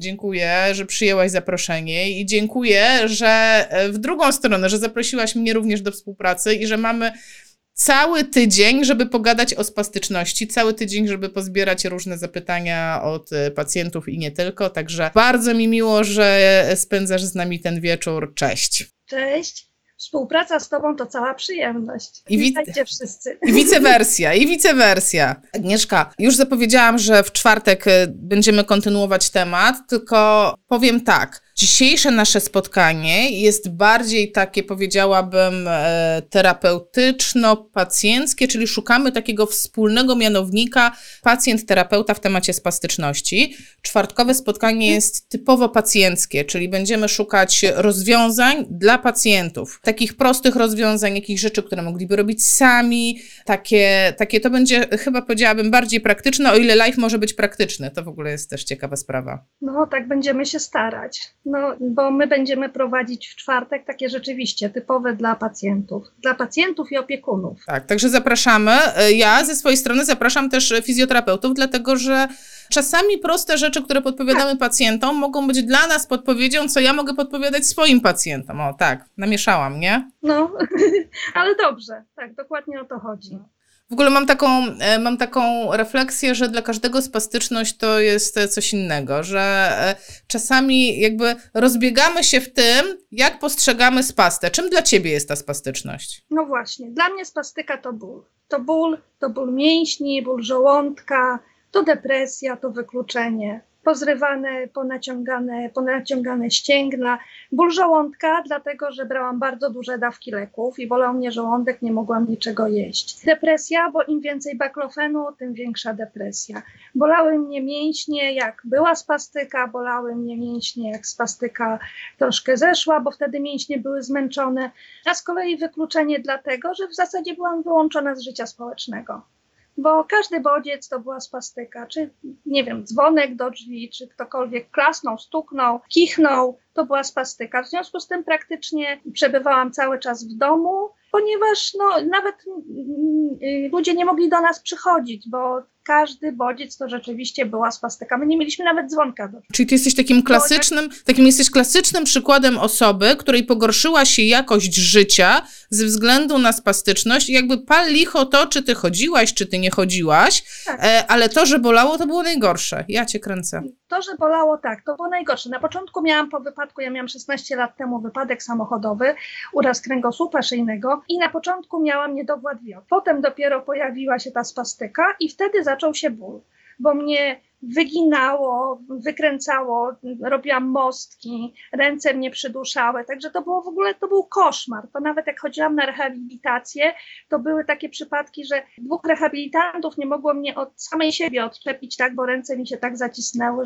dziękuję, że przyjęłaś zaproszenie i dziękuję, że w drugą stronę, że zaprosiłaś mnie również do współpracy i że mamy cały tydzień, żeby pogadać o spastyczności, cały tydzień, żeby pozbierać różne zapytania od pacjentów i nie tylko. Także bardzo mi miło, że spędzasz z nami ten wieczór. Cześć. Cześć. Współpraca z tobą to cała przyjemność. Witajcie wszyscy. I wicewersja. Agnieszka, już zapowiedziałam, że w czwartek będziemy kontynuować temat, tylko powiem tak. Dzisiejsze nasze spotkanie jest bardziej takie, powiedziałabym, terapeutyczno-pacjenckie, czyli szukamy takiego wspólnego mianownika pacjent-terapeuta w temacie spastyczności. Czwartkowe spotkanie jest typowo pacjenckie, czyli będziemy szukać rozwiązań dla pacjentów. Takich prostych rozwiązań, jakichś rzeczy, które mogliby robić sami. Takie to będzie, chyba powiedziałabym, bardziej praktyczne, o ile live może być praktyczny. To w ogóle jest też ciekawa sprawa. No, tak będziemy się starać. No, bo my będziemy prowadzić w czwartek takie rzeczywiście typowe dla pacjentów i opiekunów. Tak, także zapraszamy. Ja ze swojej strony zapraszam też fizjoterapeutów, dlatego że czasami proste rzeczy, które podpowiadamy pacjentom, mogą być dla nas podpowiedzią, co ja mogę podpowiadać swoim pacjentom. O tak, namieszałam, nie? No, ale dobrze, tak, dokładnie o to chodzi. W ogóle mam taką refleksję, że dla każdego spastyczność to jest coś innego, że czasami jakby rozbiegamy się w tym, jak postrzegamy spastę. Czym dla ciebie jest ta spastyczność? No właśnie, dla mnie spastyka to ból. To ból mięśni, ból żołądka, to depresja, to wykluczenie. Pozrywane, ponaciągane ścięgna, ból żołądka, dlatego że brałam bardzo duże dawki leków i bolał mnie żołądek, nie mogłam niczego jeść. Depresja, bo im więcej baklofenu, tym większa depresja. Bolały mnie mięśnie, jak była spastyka, bolały mnie mięśnie, jak spastyka troszkę zeszła, bo wtedy mięśnie były zmęczone, a z kolei wykluczenie dlatego, że w zasadzie byłam wyłączona z życia społecznego. Bo każdy bodziec to była spastyka, czy nie wiem, dzwonek do drzwi, czy ktokolwiek klasnął, stuknął, kichnął, to była spastyka. W związku z tym praktycznie przebywałam cały czas w domu, ponieważ nawet ludzie nie mogli do nas przychodzić, bo każdy bodziec to rzeczywiście była spastyka. My nie mieliśmy nawet dzwonka do drzwi. Czyli ty jesteś jesteś klasycznym przykładem osoby, której pogorszyła się jakość życia ze względu na spastyczność i jakby pal licho to, czy ty chodziłaś, czy ty nie chodziłaś, tak. Ale to, że bolało, to było najgorsze. Ja cię kręcę. To, że bolało, tak, to było najgorsze. Na początku miałam po wypadku, ja miałam 16 lat temu wypadek samochodowy, uraz kręgosłupa szyjnego i na początku miałam niedowład wiodu. Potem dopiero pojawiła się ta spastyka i wtedy zaczął się ból, bo mnie wyginało, wykręcało, robiłam mostki, ręce mnie przyduszały, także to było w ogóle, to był koszmar. To nawet jak chodziłam na rehabilitację, to były takie przypadki, że 2 rehabilitantów nie mogło mnie od samej siebie odczepić, tak, bo ręce mi się tak zacisnęły,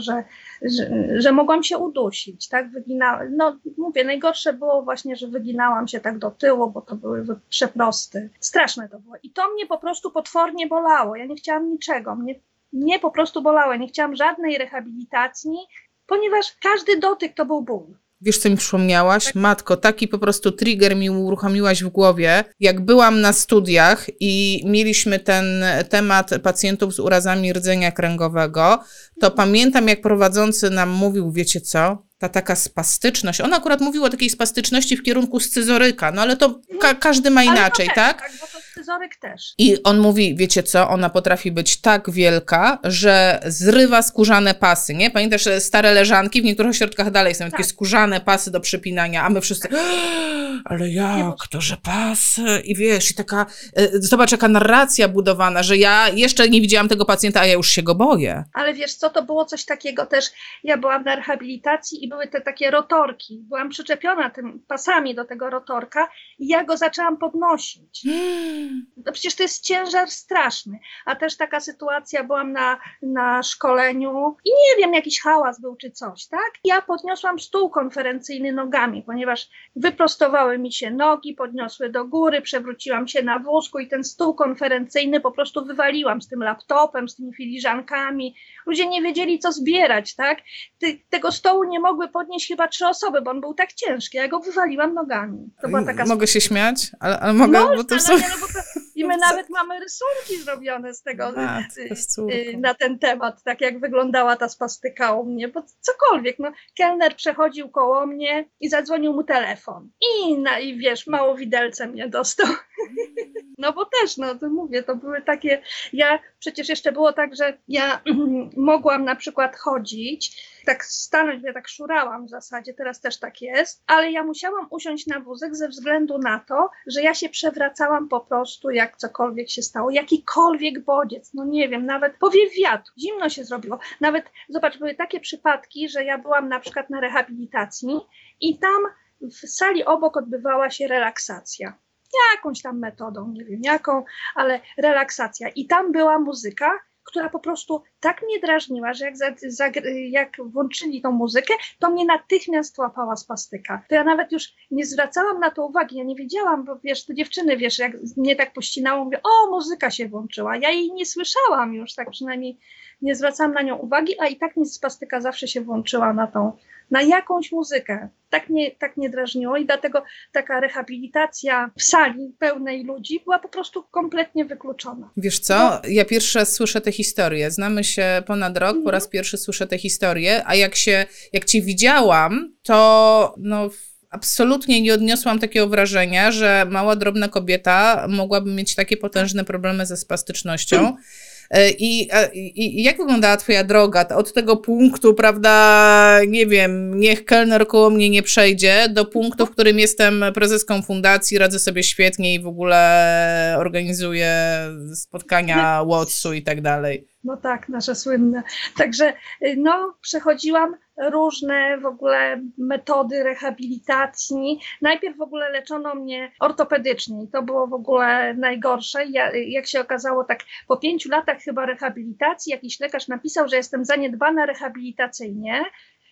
że mogłam się udusić, tak, no mówię, najgorsze było właśnie, że wyginałam się tak do tyłu, bo to były przeprosty. Straszne to było i to mnie po prostu potwornie bolało, ja nie chciałam niczego, mnie po prostu bolało, nie chciałam żadnej rehabilitacji, ponieważ każdy dotyk to był ból. Wiesz, co mi przypomniałaś? Tak. Matko, taki po prostu trigger mi uruchomiłaś w głowie. Jak byłam na studiach i mieliśmy ten temat pacjentów z urazami rdzenia kręgowego, to pamiętam, jak prowadzący nam mówił, wiecie co? Ta taka spastyczność. On akurat mówił o takiej spastyczności w kierunku scyzoryka, no ale to każdy ma inaczej, też, tak? Tak, bo to scyzoryk też. I on mówi, wiecie co, ona potrafi być tak wielka, że zrywa skórzane pasy, nie? Pamiętasz, stare leżanki, w niektórych ośrodkach dalej są takie skórzane pasy do przypinania, a my wszyscy, ale jak to, że pasy? I wiesz, i taka, zobacz jaka narracja budowana, że ja jeszcze nie widziałam tego pacjenta, a ja już się go boję. Ale wiesz co, to było coś takiego też, ja byłam na rehabilitacji i były te takie rotorki. Byłam przyczepiona tym pasami do tego rotorka i ja go zaczęłam podnosić. No przecież to jest ciężar straszny. A też taka sytuacja, byłam na szkoleniu i nie wiem, jakiś hałas był czy coś, tak? Ja podniosłam stół konferencyjny nogami, ponieważ wyprostowały mi się nogi, podniosły do góry, przewróciłam się na wózku i ten stół konferencyjny po prostu wywaliłam z tym laptopem, z tymi filiżankami. Ludzie nie wiedzieli, co zbierać, tak? Tego stołu nie mogły podnieść chyba 3 osoby, bo on był tak ciężki. Ja go wywaliłam nogami. To była taka Mogę się śmiać? Ale mogę, bo to są... I my nawet mamy rysunki zrobione z tego na ten temat, tak jak wyglądała ta spastyka u mnie, bo cokolwiek, no kelner przechodził koło mnie i zadzwonił mu telefon i wiesz, mało widelce mnie dostał. No bo też, no to mówię, to były takie, przecież jeszcze było tak, że ja mogłam na przykład chodzić, tak stanąć, ja tak szurałam w zasadzie, teraz też tak jest, ale ja musiałam usiąść na wózek ze względu na to, że ja się przewracałam po prostu, jak cokolwiek się stało, jakikolwiek bodziec, no nie wiem, nawet powiew wiatru, zimno się zrobiło, nawet, zobacz, były takie przypadki, że ja byłam na przykład na rehabilitacji i tam w sali obok odbywała się relaksacja. Jakąś tam metodą, nie wiem jaką, ale relaksacja. I tam była muzyka, która po prostu tak mnie drażniła, że jak włączyli tą muzykę, to mnie natychmiast łapała spastyka. To ja nawet już nie zwracałam na to uwagi, ja nie wiedziałam, bo wiesz, to dziewczyny, wiesz, jak mnie tak pościnało, mówię, o, muzyka się włączyła. Ja jej nie słyszałam już, tak przynajmniej nie zwracałam na nią uwagi, a i tak mi spastyka zawsze się włączyła na jakąś muzykę. Tak mnie drażniło i dlatego taka rehabilitacja w sali pełnej ludzi była po prostu kompletnie wykluczona. Wiesz co, ja pierwszy raz słyszę tę historię. Znamy się ponad rok, po raz pierwszy słyszę tę historię, a jak cię widziałam, to absolutnie nie odniosłam takiego wrażenia, że mała, drobna kobieta mogłaby mieć takie potężne problemy ze spastycznością. I jak wyglądała twoja droga od tego punktu, prawda, nie wiem, niech kelner koło mnie nie przejdzie, do punktu, w którym jestem prezeską fundacji, radzę sobie świetnie i w ogóle organizuję spotkania WOTS-u i tak dalej. No tak, nasze słynne. Także przechodziłam różne w ogóle metody rehabilitacji. Najpierw w ogóle leczono mnie ortopedycznie i to było w ogóle najgorsze. Jak się okazało, tak po 5 latach chyba rehabilitacji jakiś lekarz napisał, że jestem zaniedbana rehabilitacyjnie,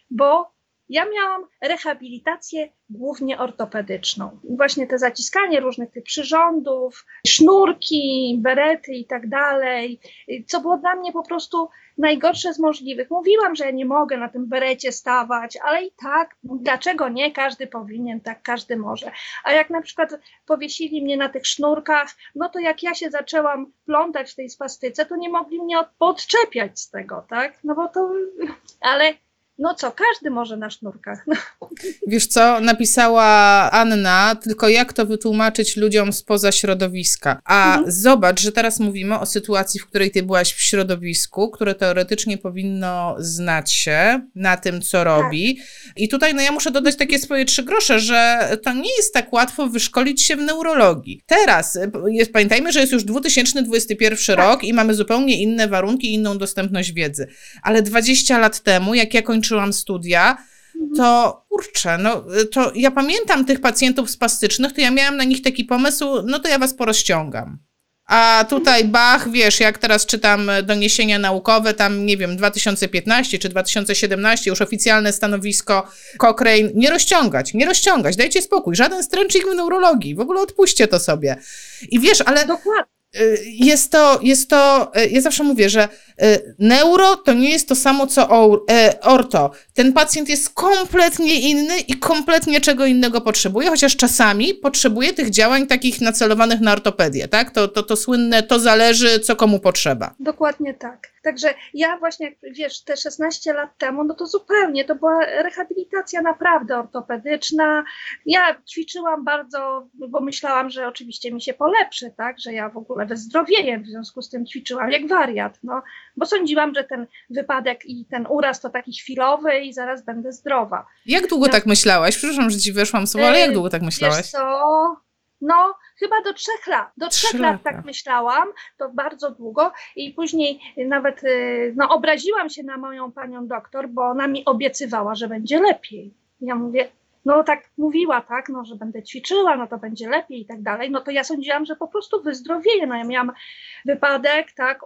bo ja miałam rehabilitację głównie ortopedyczną. Właśnie te zaciskanie różnych tych przyrządów, sznurki, berety i tak dalej, co było dla mnie po prostu najgorsze z możliwych. Mówiłam, że ja nie mogę na tym berecie stawać, ale i tak, dlaczego nie? Każdy powinien, tak każdy może. A jak na przykład powiesili mnie na tych sznurkach, no to jak ja się zaczęłam plątać w tej spastyce, to nie mogli mnie odczepiać z tego, tak? No bo to, ale no co, każdy może na sznurkach. Wiesz co, napisała Anna, tylko jak to wytłumaczyć ludziom spoza środowiska. A zobacz, że teraz mówimy o sytuacji, w której ty byłaś w środowisku, które teoretycznie powinno znać się na tym, co robi. I tutaj ja muszę dodać takie swoje 3 grosze, że to nie jest tak łatwo wyszkolić się w neurologii. Teraz, pamiętajmy, że jest już 2021 rok i mamy zupełnie inne warunki, inną dostępność wiedzy. Ale 20 lat temu, jak ja kończyłam studia, to kurczę, to ja pamiętam tych pacjentów spastycznych, to ja miałam na nich taki pomysł, to ja was porozciągam. A tutaj bach, wiesz, jak teraz czytam doniesienia naukowe, tam nie wiem, 2015 czy 2017, już oficjalne stanowisko Cochrane, nie rozciągać, dajcie spokój, żaden stręczyk w neurologii, w ogóle odpuśćcie to sobie. I wiesz, ale dokładnie. Jest to, ja zawsze mówię, że neuro to nie jest to samo co orto. Ten pacjent jest kompletnie inny i kompletnie czego innego potrzebuje, chociaż czasami potrzebuje tych działań takich nacelowanych na ortopedię, tak? To słynne, to zależy, co komu potrzeba. Dokładnie tak. Także ja właśnie, jak wiesz, te 16 lat temu, to zupełnie, to była rehabilitacja naprawdę ortopedyczna. Ja ćwiczyłam bardzo, bo myślałam, że oczywiście mi się polepszy, tak, że ja w ogóle wyzdrowieję, w związku z tym ćwiczyłam jak wariat, bo sądziłam, że ten wypadek i ten uraz to taki chwilowy i zaraz będę zdrowa. Jak długo tak myślałaś? Przepraszam, że ci weszłam w słowo, ale jak długo tak myślałaś? Wiesz co? Chyba do 3 lat. Do 3 lat tak myślałam, to bardzo długo i później nawet obraziłam się na moją panią doktor, bo ona mi obiecywała, że będzie lepiej. Ja mówię, tak mówiła, tak, że będę ćwiczyła, to będzie lepiej i tak dalej. To ja sądziłam, że po prostu wyzdrowieję. Ja miałam wypadek, tak,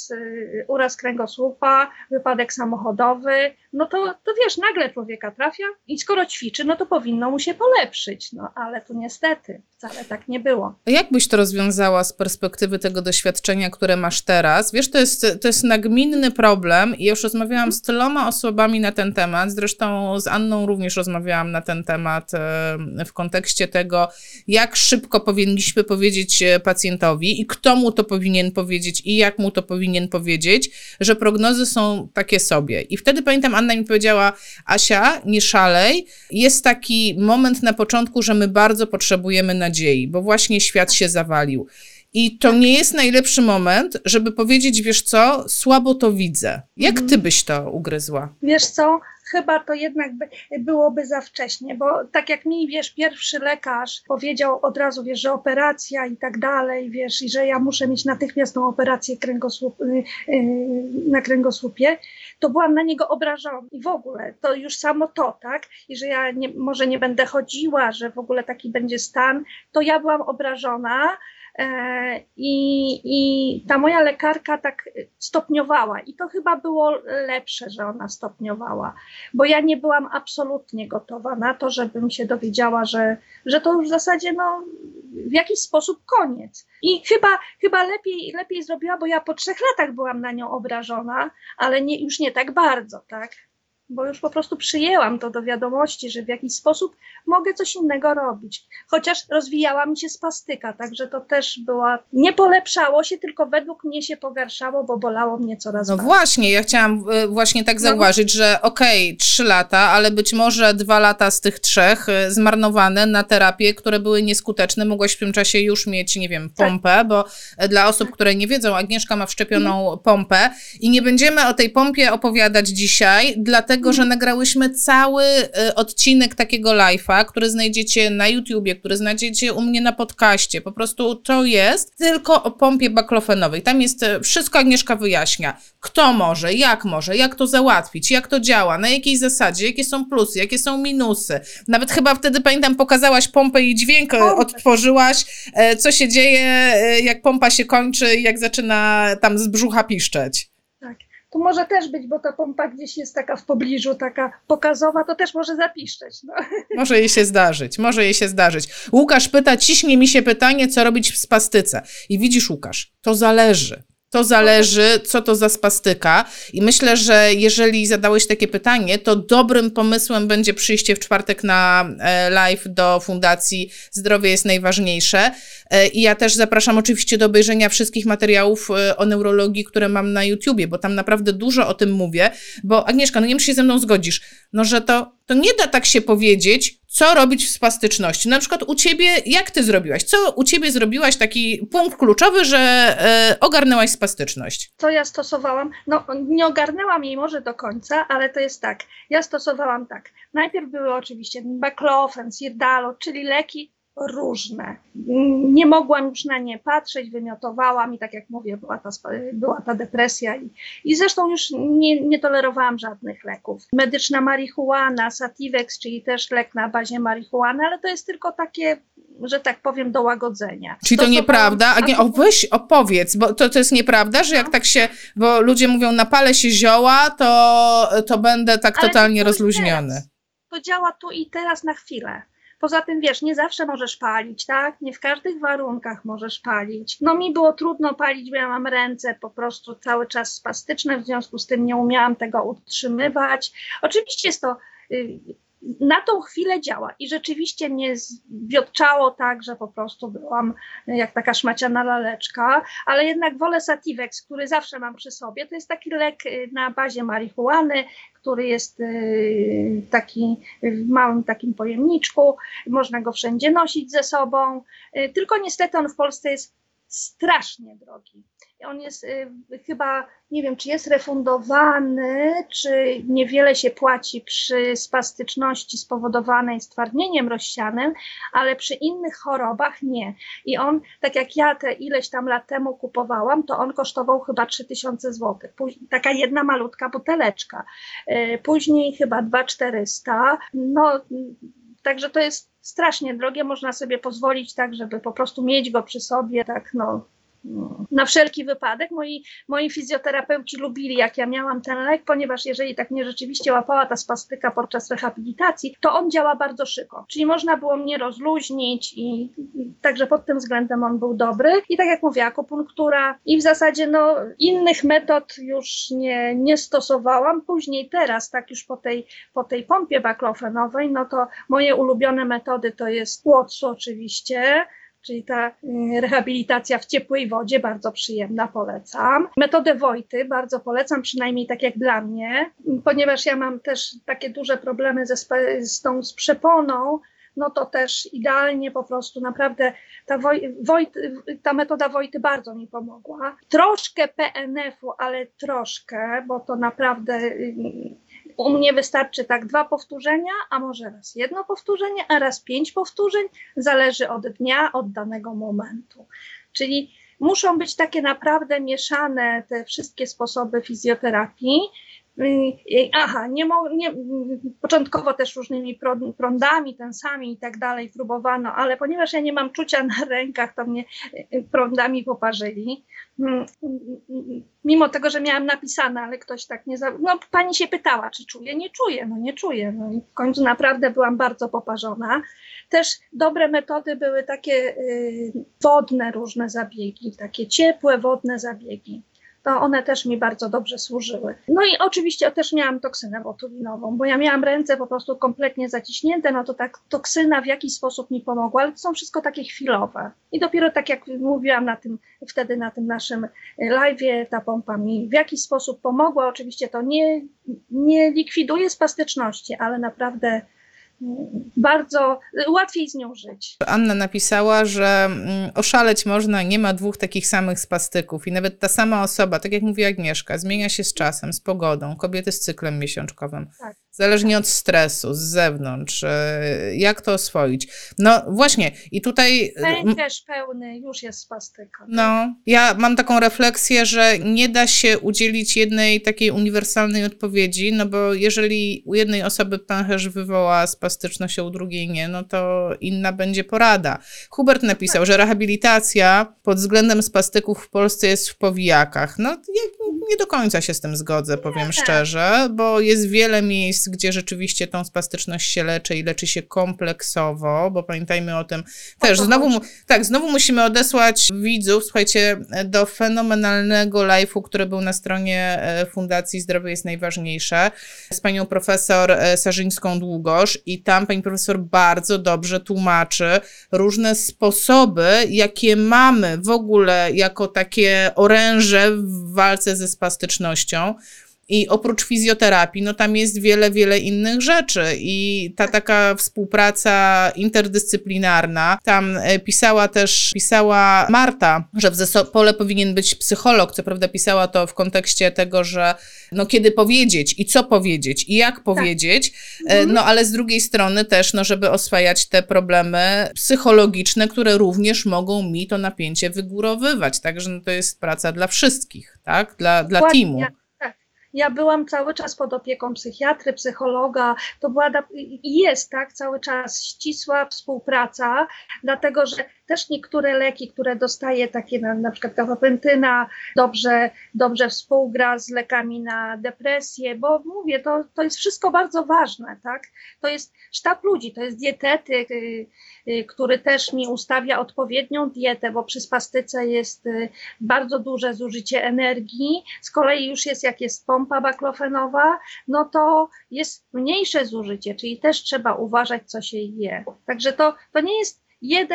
uraz kręgosłupa, wypadek samochodowy. To wiesz, nagle człowieka trafia i skoro ćwiczy, to powinno mu się polepszyć. Ale tu niestety wcale tak nie było. Jak byś to rozwiązała z perspektywy tego doświadczenia, które masz teraz? Wiesz, to jest nagminny problem i już rozmawiałam z tyloma osobami na ten temat, zresztą z Anną również rozmawiałam na ten temat. temat w kontekście tego, jak szybko powinniśmy powiedzieć pacjentowi i kto mu to powinien powiedzieć i jak mu to powinien powiedzieć, że prognozy są takie sobie. I wtedy pamiętam, Anna mi powiedziała: Asia, nie szalej, jest taki moment na początku, że my bardzo potrzebujemy nadziei, bo właśnie świat się zawalił. I to nie jest najlepszy moment, żeby powiedzieć: wiesz co, słabo to widzę. Jak ty byś to ugryzła? Wiesz co, chyba to jednak byłoby za wcześnie, bo tak jak mi, wiesz, pierwszy lekarz powiedział od razu, wiesz, że operacja i tak dalej, wiesz, i że ja muszę mieć natychmiast tą operację na kręgosłupie, to byłam na niego obrażona. I w ogóle, to już samo to, tak? I że ja może nie będę chodziła, że w ogóle taki będzie stan, to ja byłam obrażona. I ta moja lekarka tak stopniowała i to chyba było lepsze, że ona stopniowała, bo ja nie byłam absolutnie gotowa na to, żebym się dowiedziała, że to już w zasadzie no, w jakiś sposób koniec. I chyba lepiej zrobiła, bo ja po 3 latach byłam na nią obrażona, ale już nie tak bardzo, tak? Bo już po prostu przyjęłam to do wiadomości, że w jakiś sposób mogę coś innego robić. Chociaż rozwijała mi się spastyka, także to też nie polepszało się, tylko według mnie się pogarszało, bo bolało mnie coraz bardziej. No właśnie, ja chciałam właśnie tak zauważyć, że 3 lata, ale być może 2 lata z tych 3 zmarnowane na terapie, które były nieskuteczne. Mogłaś w tym czasie już mieć, nie wiem, pompę, bo dla osób, które nie wiedzą, Agnieszka ma wszczepioną pompę i nie będziemy o tej pompie opowiadać dzisiaj, dlatego że nagrałyśmy cały odcinek takiego live'a, który znajdziecie na YouTubie, który znajdziecie u mnie na podcaście. Po prostu to jest tylko o pompie baklofenowej. Tam jest wszystko, Agnieszka wyjaśnia. Kto może, jak to załatwić, jak to działa, na jakiej zasadzie, jakie są plusy, jakie są minusy. Nawet chyba wtedy, pamiętam, pokazałaś pompę i dźwięk odtworzyłaś, co się dzieje, jak pompa się kończy, jak zaczyna tam z brzucha piszczeć. Tak. Tu może też być, bo ta pompa gdzieś jest taka w pobliżu, taka pokazowa, to też może zapiszczeć. No. Może jej się zdarzyć. Łukasz pyta, ciśnie mi się pytanie, co robić w spastyce. I widzisz, Łukasz, to zależy. To zależy, co to za spastyka i myślę, że jeżeli zadałeś takie pytanie, to dobrym pomysłem będzie przyjście w czwartek na live do Fundacji Zdrowie jest najważniejsze i ja też zapraszam oczywiście do obejrzenia wszystkich materiałów o neurologii, które mam na YouTubie, bo tam naprawdę dużo o tym mówię, bo Agnieszka, no nie wiem, czy się ze mną zgodzisz, no że to nie da tak się powiedzieć, co robić w spastyczności. Na przykład u ciebie, jak ty zrobiłaś? Co u ciebie zrobiłaś taki punkt kluczowy, że ogarnęłaś spastyczność? Co ja stosowałam? No nie ogarnęłam jej może do końca, ale to jest tak. Ja stosowałam tak. Najpierw były oczywiście baklofen, sirdalo, czyli leki różne. Nie mogłam już na nie patrzeć, wymiotowałam i tak jak mówię, była ta depresja i zresztą już nie tolerowałam żadnych leków. Medyczna marihuana, Sativex, czyli też lek na bazie marihuany, ale to jest tylko takie, że tak powiem, do łagodzenia. Czyli to nieprawda? Weź opowiedz, bo to jest nieprawda, że jak tak się, bo ludzie mówią, napalę się zioła, to będę tak ale totalnie rozluźniony. To działa tu i teraz na chwilę. Poza tym, wiesz, nie zawsze możesz palić, tak? Nie w każdych warunkach możesz palić. No mi było trudno palić, bo ja mam ręce po prostu cały czas spastyczne, w związku z tym nie umiałam tego utrzymywać. Oczywiście jest to... Na tą chwilę działa i rzeczywiście mnie zwiotczało tak, że po prostu byłam jak taka szmaciana laleczka, ale jednak wolę Sativex, który zawsze mam przy sobie. To jest taki lek na bazie marihuany, który jest taki w małym takim pojemniczku, można go wszędzie nosić ze sobą, tylko niestety on w Polsce jest strasznie drogi. On jest chyba, nie wiem, czy jest refundowany, czy niewiele się płaci przy spastyczności spowodowanej stwardnieniem rozsianym, ale przy innych chorobach nie. I on, tak jak ja te ileś tam lat temu kupowałam, to on kosztował chyba 3000 zł. Taka jedna malutka buteleczka. Później chyba 2400. No, także to jest strasznie drogie, można sobie pozwolić tak, żeby po prostu mieć go przy sobie, tak no. na wszelki wypadek. Moi fizjoterapeuci lubili, jak ja miałam ten lek, ponieważ jeżeli tak mnie rzeczywiście łapała ta spastyka podczas rehabilitacji, to on działa bardzo szybko. Czyli można było mnie rozluźnić i także pod tym względem on był dobry. I tak jak mówię, akupunktura i w zasadzie innych metod już nie stosowałam. Później teraz, tak już po tej pompie baklofenowej, no to moje ulubione metody to jest Łotsu oczywiście, czyli ta rehabilitacja w ciepłej wodzie, bardzo przyjemna, polecam. Metodę Wojty bardzo polecam, przynajmniej tak jak dla mnie, ponieważ ja mam też takie duże problemy z przeponą, no to też idealnie po prostu naprawdę ta metoda Wojty bardzo mi pomogła. Troszkę PNF-u, ale troszkę, bo to naprawdę u mnie wystarczy tak 2 powtórzenia, a może raz 1 powtórzenie, a raz 5 powtórzeń, zależy od dnia, od danego momentu. Czyli muszą być takie naprawdę mieszane te wszystkie sposoby fizjoterapii. Początkowo też różnymi prądami, tensami i tak dalej próbowano, ale ponieważ ja nie mam czucia na rękach, to mnie prądami poparzyli. Mimo tego, że miałam napisane, ale ktoś tak pani się pytała, czy czuję? Nie czuję, nie czuję. No i w końcu naprawdę byłam bardzo poparzona. Też dobre metody były takie wodne różne zabiegi, takie ciepłe wodne zabiegi. To one też mi bardzo dobrze służyły. No i oczywiście też miałam toksynę botulinową, bo ja miałam ręce po prostu kompletnie zaciśnięte, no to tak toksyna w jakiś sposób mi pomogła, ale to są wszystko takie chwilowe. I dopiero tak jak mówiłam wtedy na tym naszym live'ie, ta pompa mi w jakiś sposób pomogła. Oczywiście to nie likwiduje spastyczności, ale naprawdę bardzo łatwiej z nią żyć. Anna napisała, że oszaleć można, nie ma 2 takich samych spastyków i nawet ta sama osoba, tak jak mówi Agnieszka, zmienia się z czasem, z pogodą, kobiety z cyklem miesiączkowym. Tak. Zależnie od stresu, z zewnątrz, jak to oswoić. No właśnie i tutaj... Pęcherz pełny, już jest spastyka. No, ja mam taką refleksję, że nie da się udzielić jednej takiej uniwersalnej odpowiedzi, no bo jeżeli u jednej osoby pęcherz wywoła spastyczność, a u drugiej nie, no to inna będzie porada. Hubert napisał, że rehabilitacja pod względem spastyków w Polsce jest w powijakach. No, ja nie do końca się z tym zgodzę, powiem szczerze, bo jest wiele miejsc, gdzie rzeczywiście tą spastyczność się leczy i leczy się kompleksowo, bo pamiętajmy o tym też. Znowu musimy odesłać widzów, słuchajcie, do fenomenalnego live'u, który był na stronie Fundacji Zdrowie jest najważniejsze, z panią profesor Sarzyńską-Długosz i tam pani profesor bardzo dobrze tłumaczy różne sposoby, jakie mamy w ogóle jako takie oręże w walce ze spastycznością. I oprócz fizjoterapii, no tam jest wiele innych rzeczy i ta taka współpraca interdyscyplinarna, tam pisała Marta, że w zespole powinien być psycholog, co prawda pisała to w kontekście tego, że no kiedy powiedzieć i co powiedzieć i jak powiedzieć, no ale z drugiej strony też, no żeby oswajać te problemy psychologiczne, które również mogą mi to napięcie wygórowywać, także no to jest praca dla wszystkich, tak, dla teamu. Ja byłam cały czas pod opieką psychiatry, psychologa, to była i jest tak cały czas ścisła współpraca, dlatego że też niektóre leki, które dostaję, takie na przykład gabapentyna, dobrze współgra z lekami na depresję, bo mówię, to jest wszystko bardzo ważne, tak? To jest sztab ludzi, to jest dietetyk, który też mi ustawia odpowiednią dietę, bo przy spastyce jest bardzo duże zużycie energii, z kolei już jak jest pompa baklofenowa, no to jest mniejsze zużycie, czyli też trzeba uważać, co się je. Także to nie jest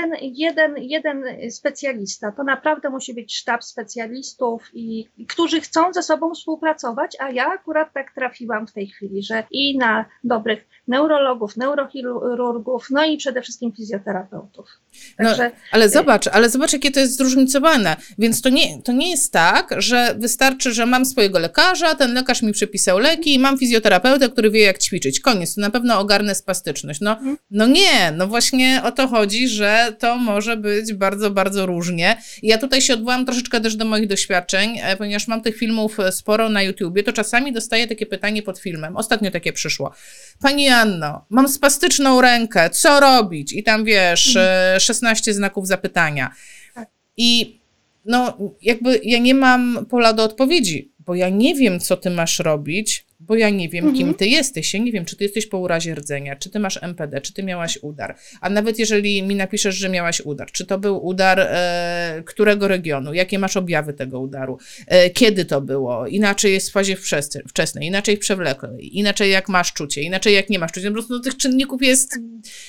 jeden specjalista. To naprawdę musi być sztab specjalistów, którzy chcą ze sobą współpracować, a ja akurat tak trafiłam w tej chwili, że i na dobrych neurologów, neurochirurgów, no i przede wszystkim fizjoterapeutów. Także, ale zobacz, jakie to jest zróżnicowane. Więc to nie jest tak, że wystarczy, że mam swojego lekarza, ten lekarz mi przepisał leki i mam fizjoterapeutę, który wie, jak ćwiczyć. Koniec, to na pewno ogarnę spastyczność. No nie, no właśnie o to chodzi, że to może być bardzo, bardzo różnie. I ja tutaj się odwołam troszeczkę też do moich doświadczeń, ponieważ mam tych filmów sporo na YouTubie, to czasami dostaję takie pytanie pod filmem. Ostatnio takie przyszło. Pani Anno, mam spastyczną rękę, co robić? I tam wiesz, 16 znaków zapytania. I no jakby ja nie mam pola do odpowiedzi, bo ja nie wiem, co ty masz robić, bo ja nie wiem, kim ty jesteś. Ja nie wiem, czy ty jesteś po urazie rdzenia, czy ty masz MPD, czy ty miałaś udar. A nawet jeżeli mi napiszesz, że miałaś udar, czy to był udar którego regionu, jakie masz objawy tego udaru, kiedy to było, inaczej jest w fazie wczesnej, inaczej w przewlekłej, inaczej jak masz czucie, inaczej jak nie masz czucia. Po prostu tych czynników jest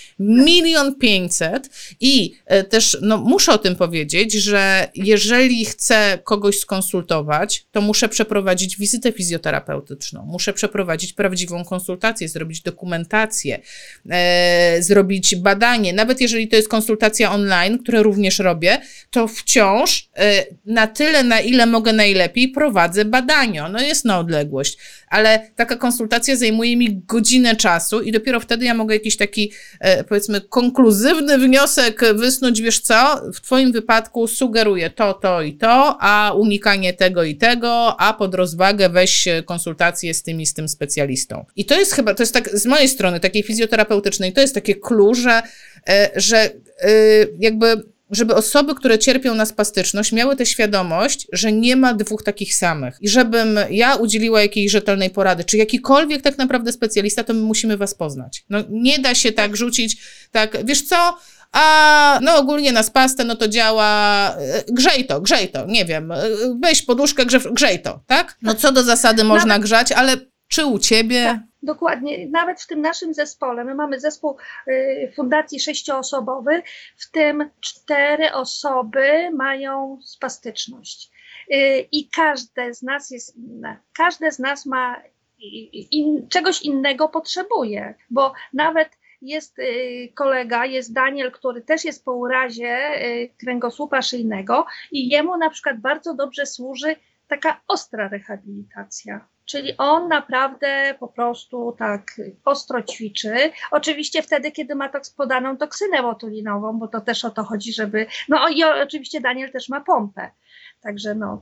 1,500,000 i też no, muszę o tym powiedzieć, że jeżeli chcę kogoś skonsultować, to muszę przeprowadzić wizytę fizjoterapeutyczną, muszę przeprowadzić prawdziwą konsultację, zrobić dokumentację, zrobić badanie. Nawet jeżeli to jest konsultacja online, które również robię, to wciąż na tyle, na ile mogę najlepiej, prowadzę badanie. Ono jest na odległość, ale taka konsultacja zajmuje mi godzinę czasu i dopiero wtedy ja mogę jakiś taki, powiedzmy, konkluzywny wniosek wysnuć, wiesz co, w twoim wypadku sugeruję to i to, a unikanie tego i tego, a pod rozwagę weź konsultację z tym i z tym specjalistą. I to jest chyba, to jest tak z mojej strony, takiej fizjoterapeutycznej, to jest takie clue, że jakby żeby osoby, które cierpią na spastyczność, miały tę świadomość, że nie ma dwóch takich samych. I żebym ja udzieliła jakiejś rzetelnej porady, czy jakikolwiek tak naprawdę specjalista, to my musimy was poznać. No nie da się tak rzucić, tak, wiesz co, a no ogólnie na spastę, no to działa, grzej to, nie wiem, weź poduszkę, grzej to, tak? No co do zasady można grzać, ale czy u ciebie... Tak. Dokładnie. Nawet w tym naszym zespole, my mamy zespół fundacji 6-osobowy, w tym 4 osoby mają spastyczność. I każde z nas jest inne. Każde z nas ma czegoś innego potrzebuje, bo nawet jest kolega, jest Daniel, który też jest po urazie kręgosłupa szyjnego i jemu na przykład bardzo dobrze służy taka ostra rehabilitacja. Czyli on naprawdę po prostu tak ostro ćwiczy. Oczywiście wtedy, kiedy ma podaną toksynę botulinową, bo to też o to chodzi, żeby... No i oczywiście Daniel też ma pompę. Także no...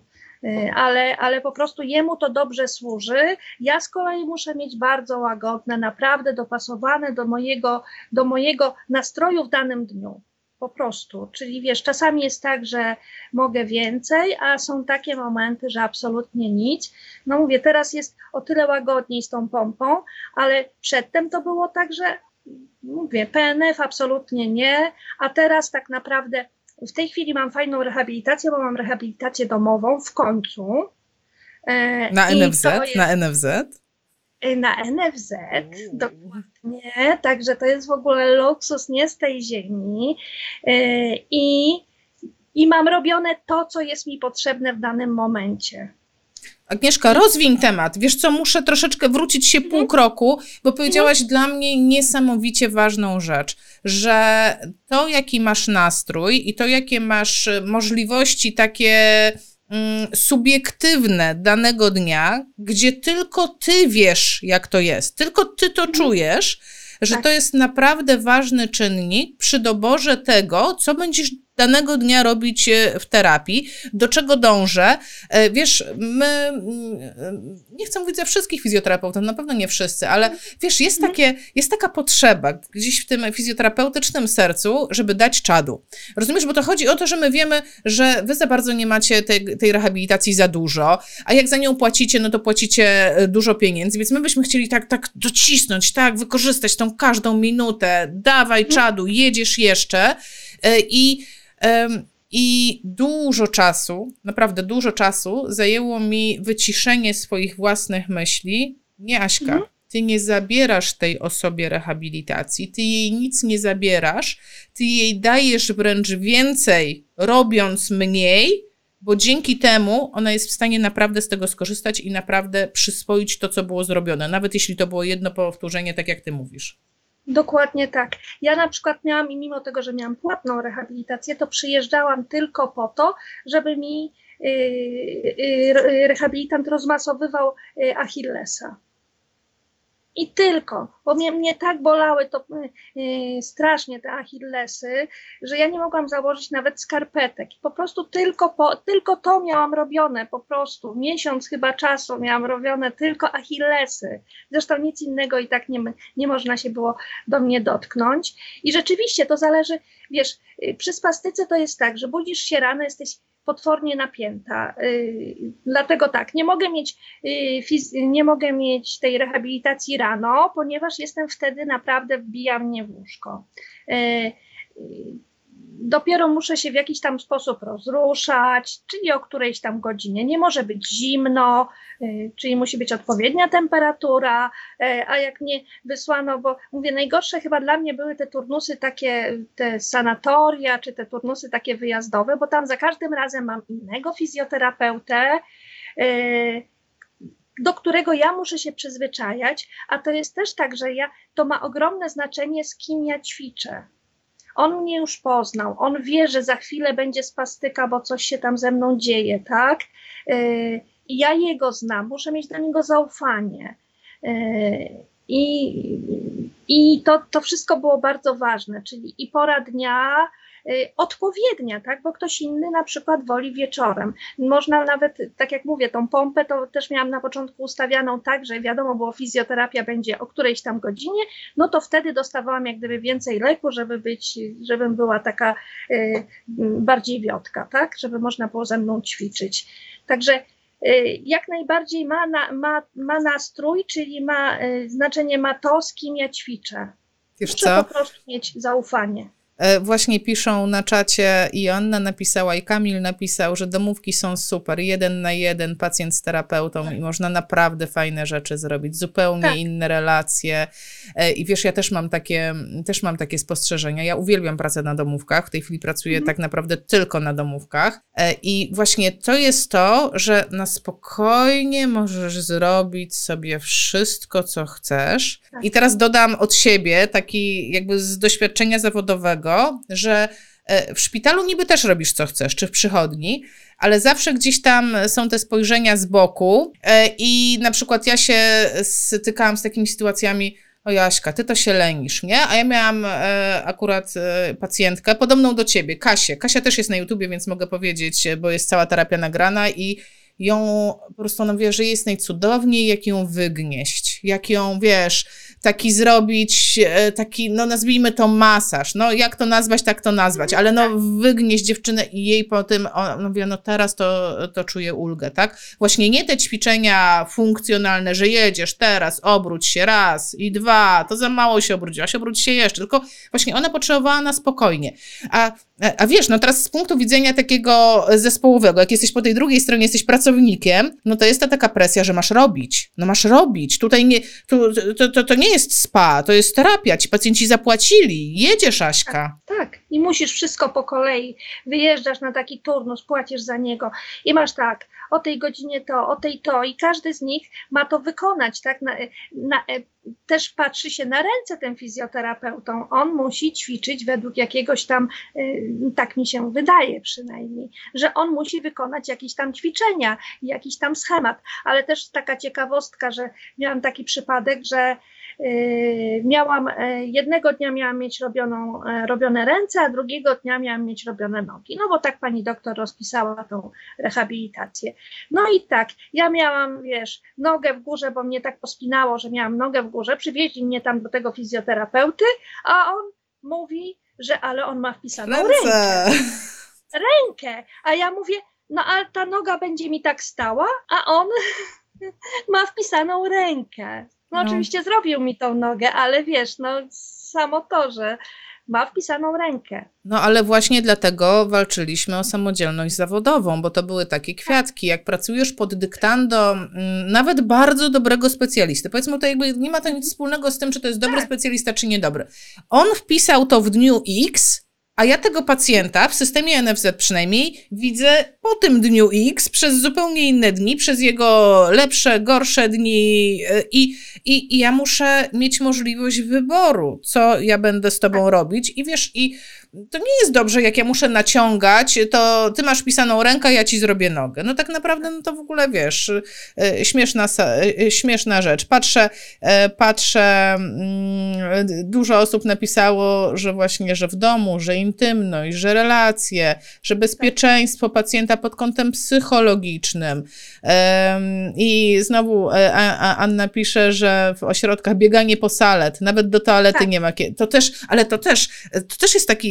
Ale po prostu jemu to dobrze służy. Ja z kolei muszę mieć bardzo łagodne, naprawdę dopasowane do mojego nastroju w danym dniu. Po prostu, czyli wiesz, czasami jest tak, że mogę więcej, a są takie momenty, że absolutnie nic. No mówię, teraz jest o tyle łagodniej z tą pompą, ale przedtem to było tak, że mówię, PNF absolutnie nie, a teraz tak naprawdę w tej chwili mam fajną rehabilitację, bo mam rehabilitację domową w końcu. Na NFZ? Na NFZ? Na NFZ, dokładnie, także to jest w ogóle luksus nie z tej ziemi i mam robione to, co jest mi potrzebne w danym momencie. Agnieszka, rozwiń temat. Wiesz co, muszę troszeczkę wrócić się pół kroku, bo powiedziałaś dla mnie niesamowicie ważną rzecz, że to, jaki masz nastrój i to, jakie masz możliwości takie subiektywne danego dnia, gdzie tylko ty wiesz, jak to jest, tylko ty to czujesz, że tak. To jest naprawdę ważny czynnik przy doborze tego, co będziesz danego dnia robić w terapii, do czego dążę. Wiesz, my, nie chcę mówić za wszystkich fizjoterapeutów, na pewno nie wszyscy, ale wiesz, jest taka potrzeba gdzieś w tym fizjoterapeutycznym sercu, żeby dać czadu. Rozumiesz, bo to chodzi o to, że my wiemy, że wy za bardzo nie macie tej rehabilitacji za dużo, a jak za nią płacicie, no to płacicie dużo pieniędzy, więc my byśmy chcieli tak docisnąć, tak, wykorzystać tą każdą minutę, dawaj czadu, jedziesz jeszcze i dużo czasu, naprawdę dużo czasu zajęło mi wyciszenie swoich własnych myśli. Nie, Aśka, ty nie zabierasz tej osobie rehabilitacji, ty jej nic nie zabierasz, ty jej dajesz wręcz więcej, robiąc mniej, bo dzięki temu ona jest w stanie naprawdę z tego skorzystać i naprawdę przyswoić to, co było zrobione, nawet jeśli to było jedno powtórzenie, tak jak ty mówisz. Dokładnie tak. Ja na przykład miałam, i mimo tego, że miałam płatną rehabilitację, to przyjeżdżałam tylko po to, żeby mi rehabilitant rozmasowywał Achillesa. I tylko, bo mnie tak bolały to strasznie te Achillesy, że ja nie mogłam założyć nawet skarpetek. Po prostu tylko to miałam robione, po prostu. Miesiąc chyba czasu miałam robione tylko Achillesy. Zresztą nic innego i tak nie można się było do mnie dotknąć. I rzeczywiście to zależy, wiesz, przy spastyce to jest tak, że budzisz się rano, jesteś potwornie napięta. Dlatego tak, nie mogę mieć tej rehabilitacji rano, ponieważ jestem wtedy naprawdę wbija mnie w łóżko. Dopiero muszę się w jakiś tam sposób rozruszać, czyli o którejś tam godzinie. Nie może być zimno, czyli musi być odpowiednia temperatura, a jak mnie wysłano, bo mówię, najgorsze chyba dla mnie były te turnusy takie, te sanatoria, czy te turnusy takie wyjazdowe, bo tam za każdym razem mam innego fizjoterapeutę, do którego ja muszę się przyzwyczajać, a to jest też tak, że to ma ogromne znaczenie, z kim ja ćwiczę. On mnie już poznał, on wie, że za chwilę będzie spastyka, bo coś się tam ze mną dzieje, tak? I ja jego znam, muszę mieć do niego zaufanie. I to wszystko było bardzo ważne, czyli i pora dnia odpowiednia, tak? Bo ktoś inny na przykład woli wieczorem. Można nawet, tak jak mówię, tą pompę to też miałam na początku ustawianą tak, że wiadomo było, fizjoterapia będzie o którejś tam godzinie, no to wtedy dostawałam jak gdyby więcej leku, żebym była taka bardziej wiotka, tak? Żeby można było ze mną ćwiczyć. Także jak najbardziej ma nastrój, czyli znaczenie ma to, z kim ja ćwiczę. Muszę po prostu mieć zaufanie. Właśnie piszą na czacie i Joanna napisała i Kamil napisał, że domówki są super, 1 na 1 pacjent z terapeutą i można naprawdę fajne rzeczy zrobić, zupełnie inne relacje i wiesz, ja też mam takie spostrzeżenia, ja uwielbiam pracę na domówkach, w tej chwili pracuję tak naprawdę tylko na domówkach i właśnie to jest to, że na spokojnie możesz zrobić sobie wszystko, co chcesz i teraz dodam od siebie, taki jakby z doświadczenia zawodowego, że w szpitalu niby też robisz co chcesz, czy w przychodni, ale zawsze gdzieś tam są te spojrzenia z boku i na przykład ja się stykałam z takimi sytuacjami, o Jaśka, ty to się lenisz, nie? A ja miałam akurat pacjentkę podobną do ciebie, Kasię. Kasia też jest na YouTubie, więc mogę powiedzieć, bo jest cała terapia nagrana i ją po prostu ona wie, że jest najcudowniej, jak ją wygnieść, jak ją, wiesz, taki zrobić, taki, no nazwijmy to masaż, no jak to nazwać, tak to nazwać, ale no wygnieść dziewczynę i jej po tym, no wie, no teraz to czuję ulgę, tak? Właśnie nie te ćwiczenia funkcjonalne, że jedziesz teraz, obróć się raz i dwa, to za mało się obróciłaś, obróć się jeszcze, tylko właśnie ona potrzebowała na spokojnie, a wiesz, no teraz z punktu widzenia takiego zespołowego, jak jesteś po tej drugiej stronie, jesteś pracownikiem, no to jest ta taka presja, że masz robić, tutaj nie, to nie jest spa, to jest terapia, ci pacjenci zapłacili, jedziesz Aśka. Tak, i musisz wszystko po kolei, wyjeżdżasz na taki turnus, płacisz za niego i masz tak, o tej godzinie to, o tej to i każdy z nich ma to wykonać, tak, też patrzy się na ręce ten fizjoterapeutą, on musi ćwiczyć według jakiegoś tam, tak mi się wydaje przynajmniej, że on musi wykonać jakieś tam ćwiczenia, jakiś tam schemat, ale też taka ciekawostka, że miałam taki przypadek, że jednego dnia miałam mieć robione ręce, a drugiego dnia miałam mieć robione nogi, no bo tak pani doktor rozpisała tą rehabilitację. No i tak, ja miałam, wiesz, nogę w górze, bo mnie tak pospinało, że miałam nogę w górze, przywieźli mnie tam do tego fizjoterapeuty, a on mówi, że ale on ma wpisaną rękę, a ja mówię, no ale ta noga będzie mi tak stała, a on ma wpisaną rękę. No oczywiście zrobił mi tą nogę, ale wiesz, no samo to, że ma wpisaną rękę. No ale właśnie dlatego walczyliśmy o samodzielność zawodową, bo to były takie kwiatki, jak pracujesz pod dyktando nawet bardzo dobrego specjalisty. Powiedzmy, to jakby nie ma to nic wspólnego z tym, czy to jest dobry specjalista, czy niedobry. On wpisał to w dniu X, a ja tego pacjenta w systemie NFZ przynajmniej widzę po tym dniu X, przez zupełnie inne dni, przez jego lepsze, gorsze dni i ja muszę mieć możliwość wyboru, co ja będę z tobą robić i wiesz, i to nie jest dobrze, jak ja muszę naciągać, to ty masz pisaną rękę, ja ci zrobię nogę. No tak naprawdę, no to w ogóle, wiesz, śmieszna rzecz. Patrzę, dużo osób napisało, że właśnie, że w domu, że intymność, że relacje, że bezpieczeństwo pacjenta pod kątem psychologicznym. I znowu Anna pisze, że w ośrodkach bieganie po salet, nawet do toalety nie ma. To też jest taki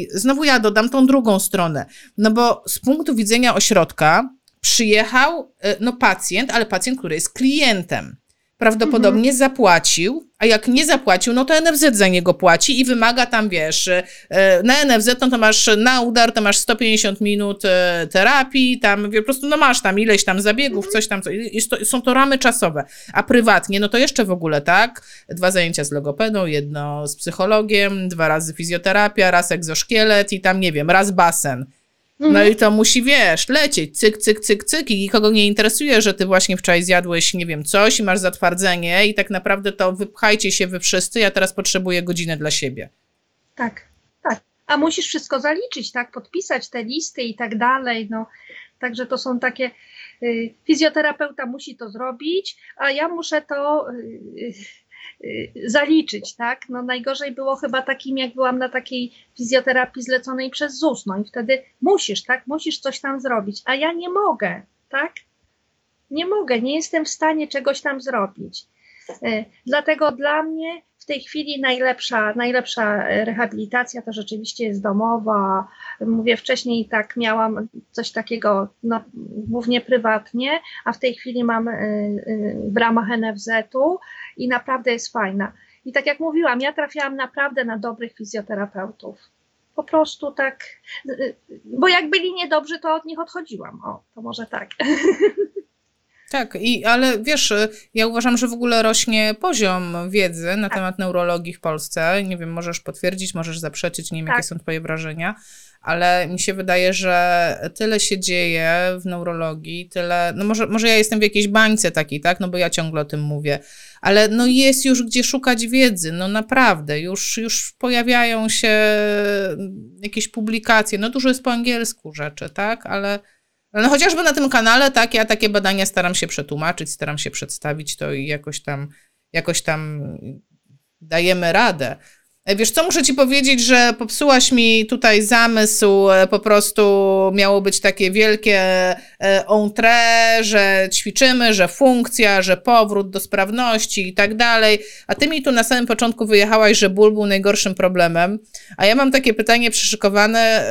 I znowu ja dodam tą drugą stronę, no bo z punktu widzenia ośrodka przyjechał pacjent, ale pacjent, który jest klientem. Prawdopodobnie zapłacił, a jak nie zapłacił, no to NFZ za niego płaci i wymaga tam, wiesz, na NFZ no to masz na udar, to masz 150 minut terapii, tam po prostu no masz tam ileś tam zabiegów, coś tam, są to ramy czasowe, a prywatnie, no to jeszcze w ogóle tak, 2 zajęcia z logopedą, 1 z psychologiem, 2 razy fizjoterapia, raz egzoszkielet i tam, nie wiem, raz basen. No i to musi, wiesz, lecieć, cyk, cyk, cyk, cyk i nikogo nie interesuje, że ty właśnie wczoraj zjadłeś, nie wiem, coś i masz zatwardzenie i tak naprawdę to wypchajcie się wy wszyscy, ja teraz potrzebuję godzinę dla siebie. Tak, tak. A musisz wszystko zaliczyć, tak, podpisać te listy i tak dalej, no. Także to są takie, fizjoterapeuta musi to zrobić, a ja muszę to zaliczyć, tak? No najgorzej było chyba takim, jak byłam na takiej fizjoterapii zleconej przez ZUS, no i wtedy musisz, tak? Musisz coś tam zrobić, a ja nie mogę, tak? Nie mogę, nie jestem w stanie czegoś tam zrobić. Dlatego dla mnie w tej chwili najlepsza rehabilitacja to rzeczywiście jest domowa. Mówię, wcześniej tak miałam coś takiego, no, głównie prywatnie, a w tej chwili mam w ramach NFZ-u i naprawdę jest fajna. I tak jak mówiłam, ja trafiałam naprawdę na dobrych fizjoterapeutów. Po prostu tak, bo jak byli niedobrzy, to od nich odchodziłam. O, to może tak. Tak, ale wiesz, ja uważam, że w ogóle rośnie poziom wiedzy na temat neurologii w Polsce. Nie wiem, możesz potwierdzić, możesz zaprzeczyć, nie wiem, jakie są twoje wrażenia, ale mi się wydaje, że tyle się dzieje w neurologii, tyle, no może ja jestem w jakiejś bańce takiej, tak, no bo ja ciągle o tym mówię, ale no jest już gdzie szukać wiedzy, no naprawdę, już pojawiają się jakieś publikacje, no dużo jest po angielsku rzeczy, tak, ale no chociażby na tym kanale, tak, ja takie badania staram się przetłumaczyć, staram się przedstawić to i jakoś tam dajemy radę. Wiesz co, muszę ci powiedzieć, że popsułaś mi tutaj zamysł, po prostu miało być takie wielkie entrée, że ćwiczymy, że funkcja, że powrót do sprawności i tak dalej, a ty mi tu na samym początku wyjechałaś, że ból był najgorszym problemem, a ja mam takie pytanie przyszykowane,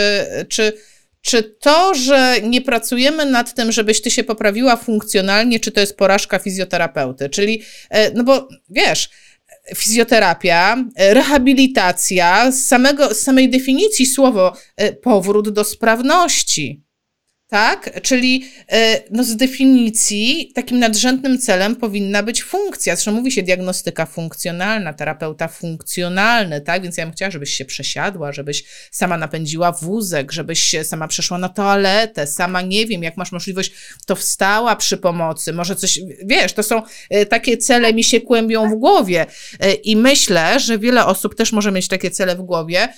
czy to, że nie pracujemy nad tym, żebyś ty się poprawiła funkcjonalnie, czy to jest porażka fizjoterapeuty? Czyli, no bo wiesz, fizjoterapia, rehabilitacja, z samej definicji słowo powrót do sprawności. Tak? Czyli no z definicji takim nadrzędnym celem powinna być funkcja. Zresztą mówi się diagnostyka funkcjonalna, terapeuta funkcjonalny, tak? Więc ja bym chciała, żebyś się przesiadła, żebyś sama napędziła wózek, żebyś sama przeszła na toaletę, sama, nie wiem, jak masz możliwość, to wstała przy pomocy, może coś, wiesz, to są takie cele mi się kłębią w głowie i myślę, że wiele osób też może mieć takie cele w głowie,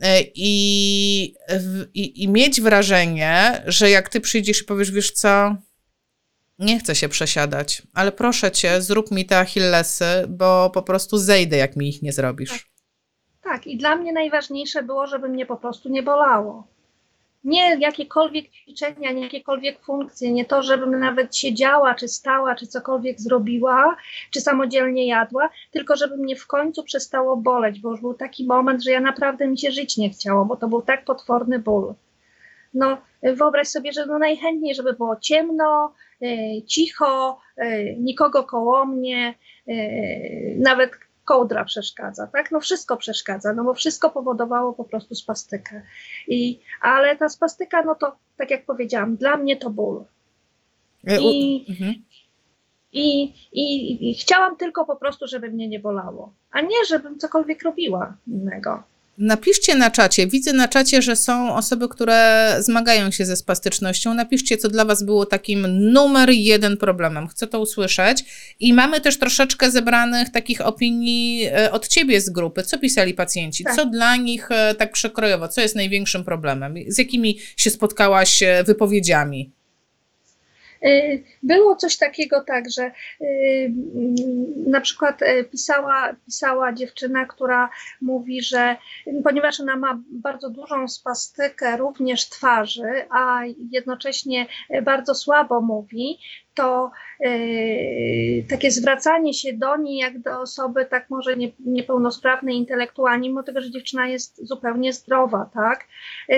i mieć wrażenie, że jak ty przyjdziesz i powiesz, wiesz co, nie chcę się przesiadać, ale proszę cię, zrób mi te achillesy, bo po prostu zejdę, jak mi ich nie zrobisz. Tak, i dla mnie najważniejsze było, żeby mnie po prostu nie bolało. Nie jakiekolwiek ćwiczenia, nie jakiekolwiek funkcje, nie to, żebym nawet siedziała, czy stała, czy cokolwiek zrobiła, czy samodzielnie jadła, tylko żeby mnie w końcu przestało boleć, bo już był taki moment, że ja naprawdę mi się żyć nie chciało, bo to był tak potworny ból. No wyobraź sobie, że no najchętniej, żeby było ciemno, cicho, nikogo koło mnie, nawet kołdra przeszkadza, tak? No wszystko przeszkadza, no bo wszystko powodowało po prostu spastykę. Ale ta spastyka, no to tak jak powiedziałam, dla mnie to ból. I chciałam tylko po prostu, żeby mnie nie bolało, a nie żebym cokolwiek robiła innego. Napiszcie na czacie. Widzę na czacie, że są osoby, które zmagają się ze spastycznością. Napiszcie, co dla was było takim numer 1 problemem. Chcę to usłyszeć. I mamy też troszeczkę zebranych takich opinii od ciebie z grupy. Co pisali pacjenci? Tak. Co dla nich tak przekrojowo? Co jest największym problemem? Z jakimi się spotkałaś wypowiedziami? Było coś takiego tak, że na przykład pisała dziewczyna, która mówi, że ponieważ ona ma bardzo dużą spastykę również twarzy, a jednocześnie bardzo słabo mówi, to takie zwracanie się do niej jak do osoby tak może niepełnosprawnej intelektualnie, mimo tego, że dziewczyna jest zupełnie zdrowa, tak?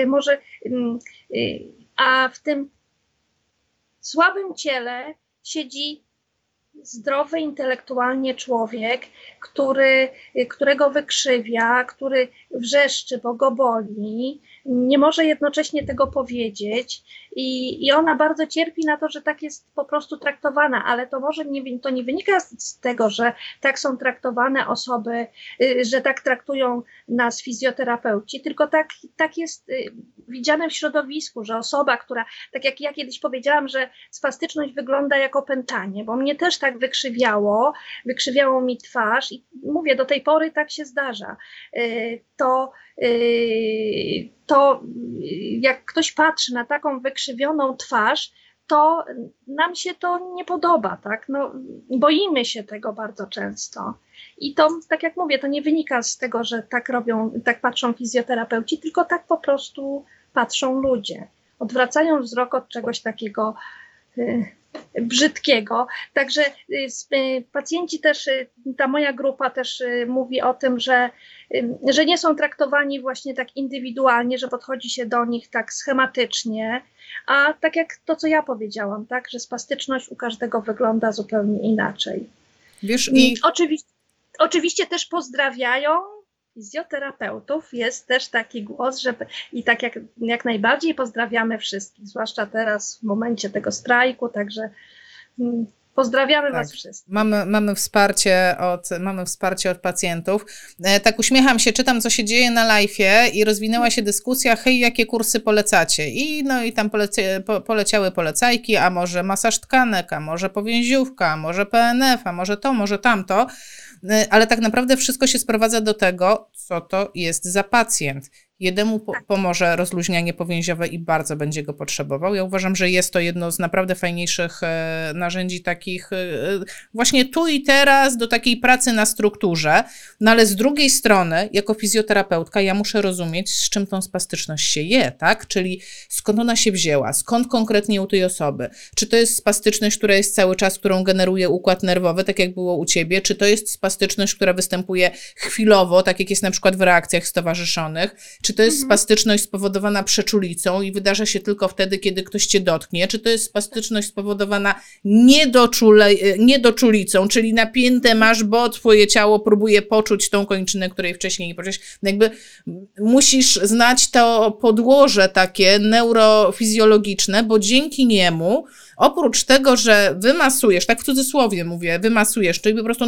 A w tym słabym ciele siedzi zdrowy intelektualnie człowiek, którego wykrzywia, który wrzeszczy, bo go boli, nie może jednocześnie tego powiedzieć i ona bardzo cierpi na to, że tak jest po prostu traktowana, ale to nie wynika z tego, że tak są traktowane osoby, że tak traktują nas fizjoterapeuci, tylko tak jest widziane w środowisku, że osoba, która, tak jak ja kiedyś powiedziałam, że spastyczność wygląda jak opętanie, bo mnie też tak wykrzywiało mi twarz i mówię, do tej pory tak się zdarza, to jak ktoś patrzy na taką wykrzywioną twarz, to nam się to nie podoba, tak? No, boimy się tego bardzo często. I to, tak jak mówię, to nie wynika z tego, że tak patrzą fizjoterapeuci, tylko tak po prostu patrzą ludzie. Odwracają wzrok od czegoś takiego brzydkiego. Także pacjenci też, ta moja grupa też mówi o tym, że nie są traktowani właśnie tak indywidualnie, że podchodzi się do nich tak schematycznie, a tak jak to, co ja powiedziałam, tak, że spastyczność u każdego wygląda zupełnie inaczej. Wiesz, Oczywiście też pozdrawiają fizjoterapeutów, jest też taki głos, i tak jak najbardziej pozdrawiamy wszystkich, zwłaszcza teraz w momencie tego strajku, także pozdrawiamy Was wszystkich. Mamy wsparcie od pacjentów. Tak uśmiecham się, czytam, co się dzieje na live'ie i rozwinęła się dyskusja, hej, jakie kursy polecacie? I tam poleciały polecajki, a może masaż tkanek, a może powięziówka, a może PNF, a może to, może tamto. Ale tak naprawdę wszystko się sprowadza do tego, co to jest za pacjent. Jednemu pomoże rozluźnianie powięziowe i bardzo będzie go potrzebował. Ja uważam, że jest to jedno z naprawdę fajniejszych narzędzi takich właśnie tu i teraz do takiej pracy na strukturze. No ale z drugiej strony, jako fizjoterapeutka, ja muszę rozumieć, z czym tą spastyczność się je, tak? Czyli skąd ona się wzięła, skąd konkretnie u tej osoby. Czy to jest spastyczność, która jest cały czas, którą generuje układ nerwowy, tak jak było u ciebie, czy to jest spastyczność, która występuje chwilowo, tak jak jest na przykład w reakcjach stowarzyszonych, czy to jest spastyczność spowodowana przeczulicą i wydarza się tylko wtedy, kiedy ktoś cię dotknie? Czy to jest spastyczność spowodowana niedoczulicą, czyli napięte masz, bo twoje ciało próbuje poczuć tą kończynę, której wcześniej nie poczułeś? No jakby musisz znać to podłoże takie neurofizjologiczne, bo dzięki niemu, oprócz tego, że wymasujesz, tak w cudzysłowie mówię, wymasujesz, czyli po prostu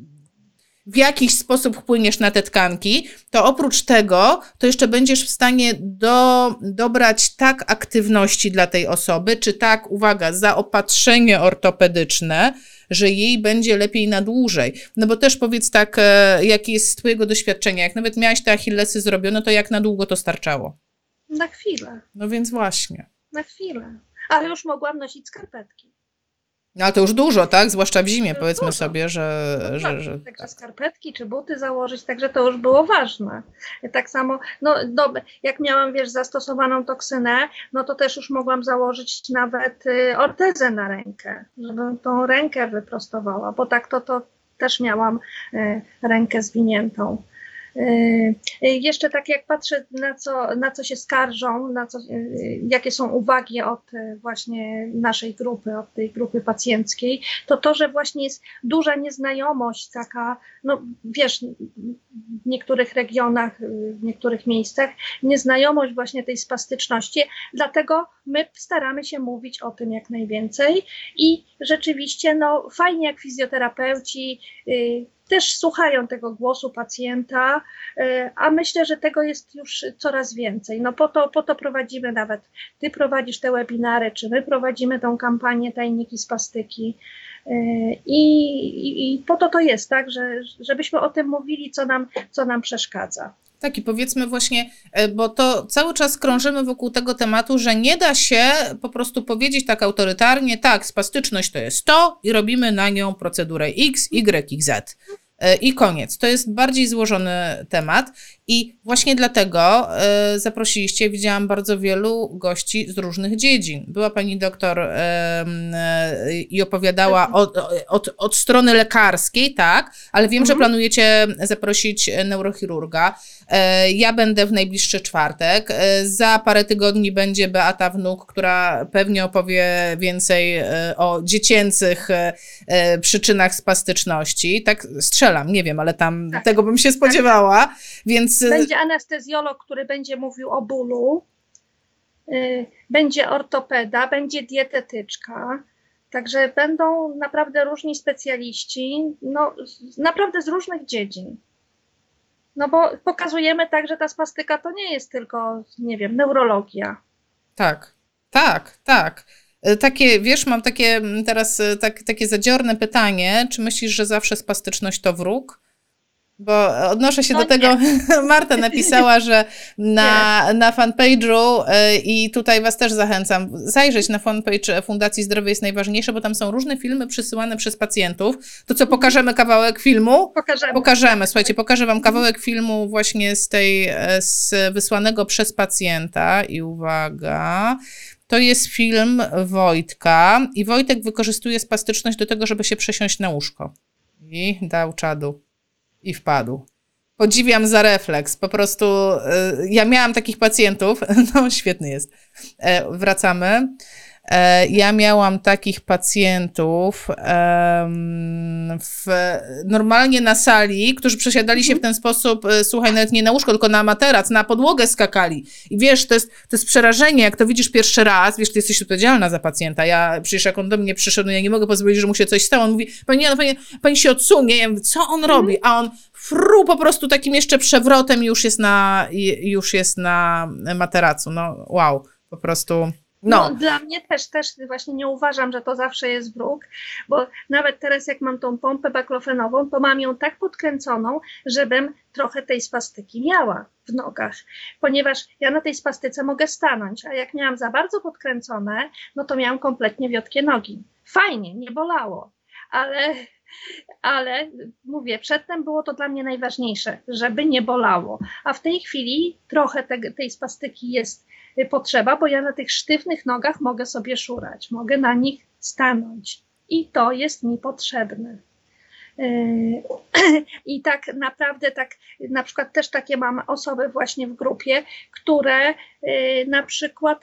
w jakiś sposób wpłyniesz na te tkanki, to oprócz tego, to jeszcze będziesz w stanie dobrać tak aktywności dla tej osoby, czy tak, uwaga, zaopatrzenie ortopedyczne, że jej będzie lepiej na dłużej. No bo też powiedz tak, jakie jest z twojego doświadczenia, jak nawet miałaś te achillesy zrobione, to jak na długo to starczało? Na chwilę. No więc właśnie. Na chwilę. Ale już mogłam nosić skarpetki. No ale to już dużo, tak? Zwłaszcza w zimie, powiedzmy sobie, że... Także skarpetki czy buty założyć, także to już było ważne. Tak samo, jak miałam, zastosowaną toksynę, no to też już mogłam założyć nawet ortezę na rękę, żebym tą rękę wyprostowała, bo tak to też miałam rękę zwiniętą. Jeszcze tak jak patrzę, na co się skarżą, jakie są uwagi od właśnie naszej grupy, od tej grupy pacjenckiej, to, że właśnie jest duża nieznajomość taka, w niektórych regionach, w niektórych miejscach, nieznajomość właśnie tej spastyczności, dlatego my staramy się mówić o tym jak najwięcej i rzeczywiście fajnie jak fizjoterapeuci też słuchają tego głosu pacjenta, a myślę, że tego jest już coraz więcej. Po to prowadzimy nawet, ty prowadzisz te webinary, czy my prowadzimy tą kampanię Tajniki Spastyki i po to jest, tak, żebyśmy o tym mówili, co nam przeszkadza. Tak i powiedzmy właśnie, bo to cały czas krążymy wokół tego tematu, że nie da się po prostu powiedzieć tak autorytarnie, tak, spastyczność to jest to i robimy na nią procedurę X, Y i Z. I koniec. To jest bardziej złożony temat i właśnie dlatego zaprosiliście, widziałam bardzo wielu gości z różnych dziedzin. Była pani doktor i opowiadała od strony lekarskiej, tak, ale wiem, że planujecie zaprosić neurochirurga. Ja będę w najbliższy czwartek. Za parę tygodni będzie Beata Wnuk, która pewnie opowie więcej o dziecięcych przyczynach spastyczności. Tak strzelam, nie wiem, ale tam tego bym się spodziewała. Więc... Będzie anestezjolog, który będzie mówił o bólu, będzie ortopeda, będzie dietetyczka. Także będą naprawdę różni specjaliści, no naprawdę z różnych dziedzin. No bo pokazujemy tak, że ta spastyka to nie jest tylko, nie wiem, neurologia. Tak. Takie, wiesz, mam takie teraz takie zadziorne pytanie. Czy myślisz, że zawsze spastyczność to wróg? Bo odnoszę się do tego, Marta napisała, że na fanpage'u i tutaj was też zachęcam, zajrzeć na fanpage Fundacji Zdrowie jest najważniejsze, bo tam są różne filmy przysyłane przez pacjentów. To co, pokażemy kawałek filmu? Pokażemy. Słuchajcie, pokażę wam kawałek filmu właśnie z wysłanego przez pacjenta i uwaga... To jest film Wojtka i Wojtek wykorzystuje spastyczność do tego, żeby się przesiąść na łóżko. I dał czadu. I wpadł. Podziwiam za refleks. Po prostu ja miałam takich pacjentów. No świetny jest. Wracamy. Ja miałam takich pacjentów normalnie na sali, którzy przesiadali się w ten sposób, słuchaj, nawet nie na łóżko, tylko na materac, na podłogę skakali. I wiesz, to jest przerażenie, jak to widzisz pierwszy raz, wiesz, ty jesteś odpowiedzialna za pacjenta. Ja przecież jak on do mnie przyszedł, ja nie mogę pozwolić, że mu się coś stało. On mówi, pani się odsunie. Ja mówię, co on robi? A on po prostu takim jeszcze przewrotem i już jest na materacu. No wow, po prostu... No, dla mnie też właśnie nie uważam, że to zawsze jest wróg, bo nawet teraz jak mam tą pompę baklofenową, to mam ją tak podkręconą, żebym trochę tej spastyki miała w nogach, ponieważ ja na tej spastyce mogę stanąć, a jak miałam za bardzo podkręcone, no to miałam kompletnie wiotkie nogi. Fajnie, nie bolało, ale mówię, przedtem było to dla mnie najważniejsze, żeby nie bolało, a w tej chwili trochę tej spastyki jest potrzeba, bo ja na tych sztywnych nogach mogę sobie szurać, mogę na nich stanąć i to jest mi potrzebne. I tak naprawdę, na przykład też takie mam osoby właśnie w grupie, które na przykład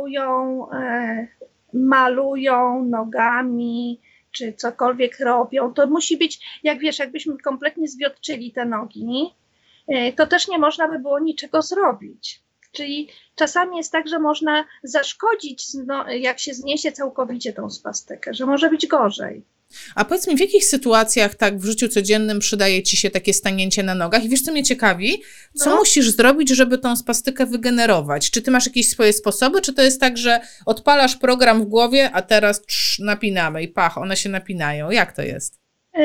malują nogami, czy cokolwiek robią. To musi być, jak wiesz, jakbyśmy kompletnie zwiotczyli te nogi, to też nie można by było niczego zrobić. Czyli czasami jest tak, że można zaszkodzić, jak się zniesie całkowicie tą spastykę, że może być gorzej. A powiedz mi, w jakich sytuacjach tak w życiu codziennym przydaje ci się takie stanięcie na nogach? I wiesz, co mnie ciekawi? Co musisz zrobić, żeby tą spastykę wygenerować? Czy ty masz jakieś swoje sposoby, czy to jest tak, że odpalasz program w głowie, a teraz napinamy i pach, one się napinają? Jak to jest?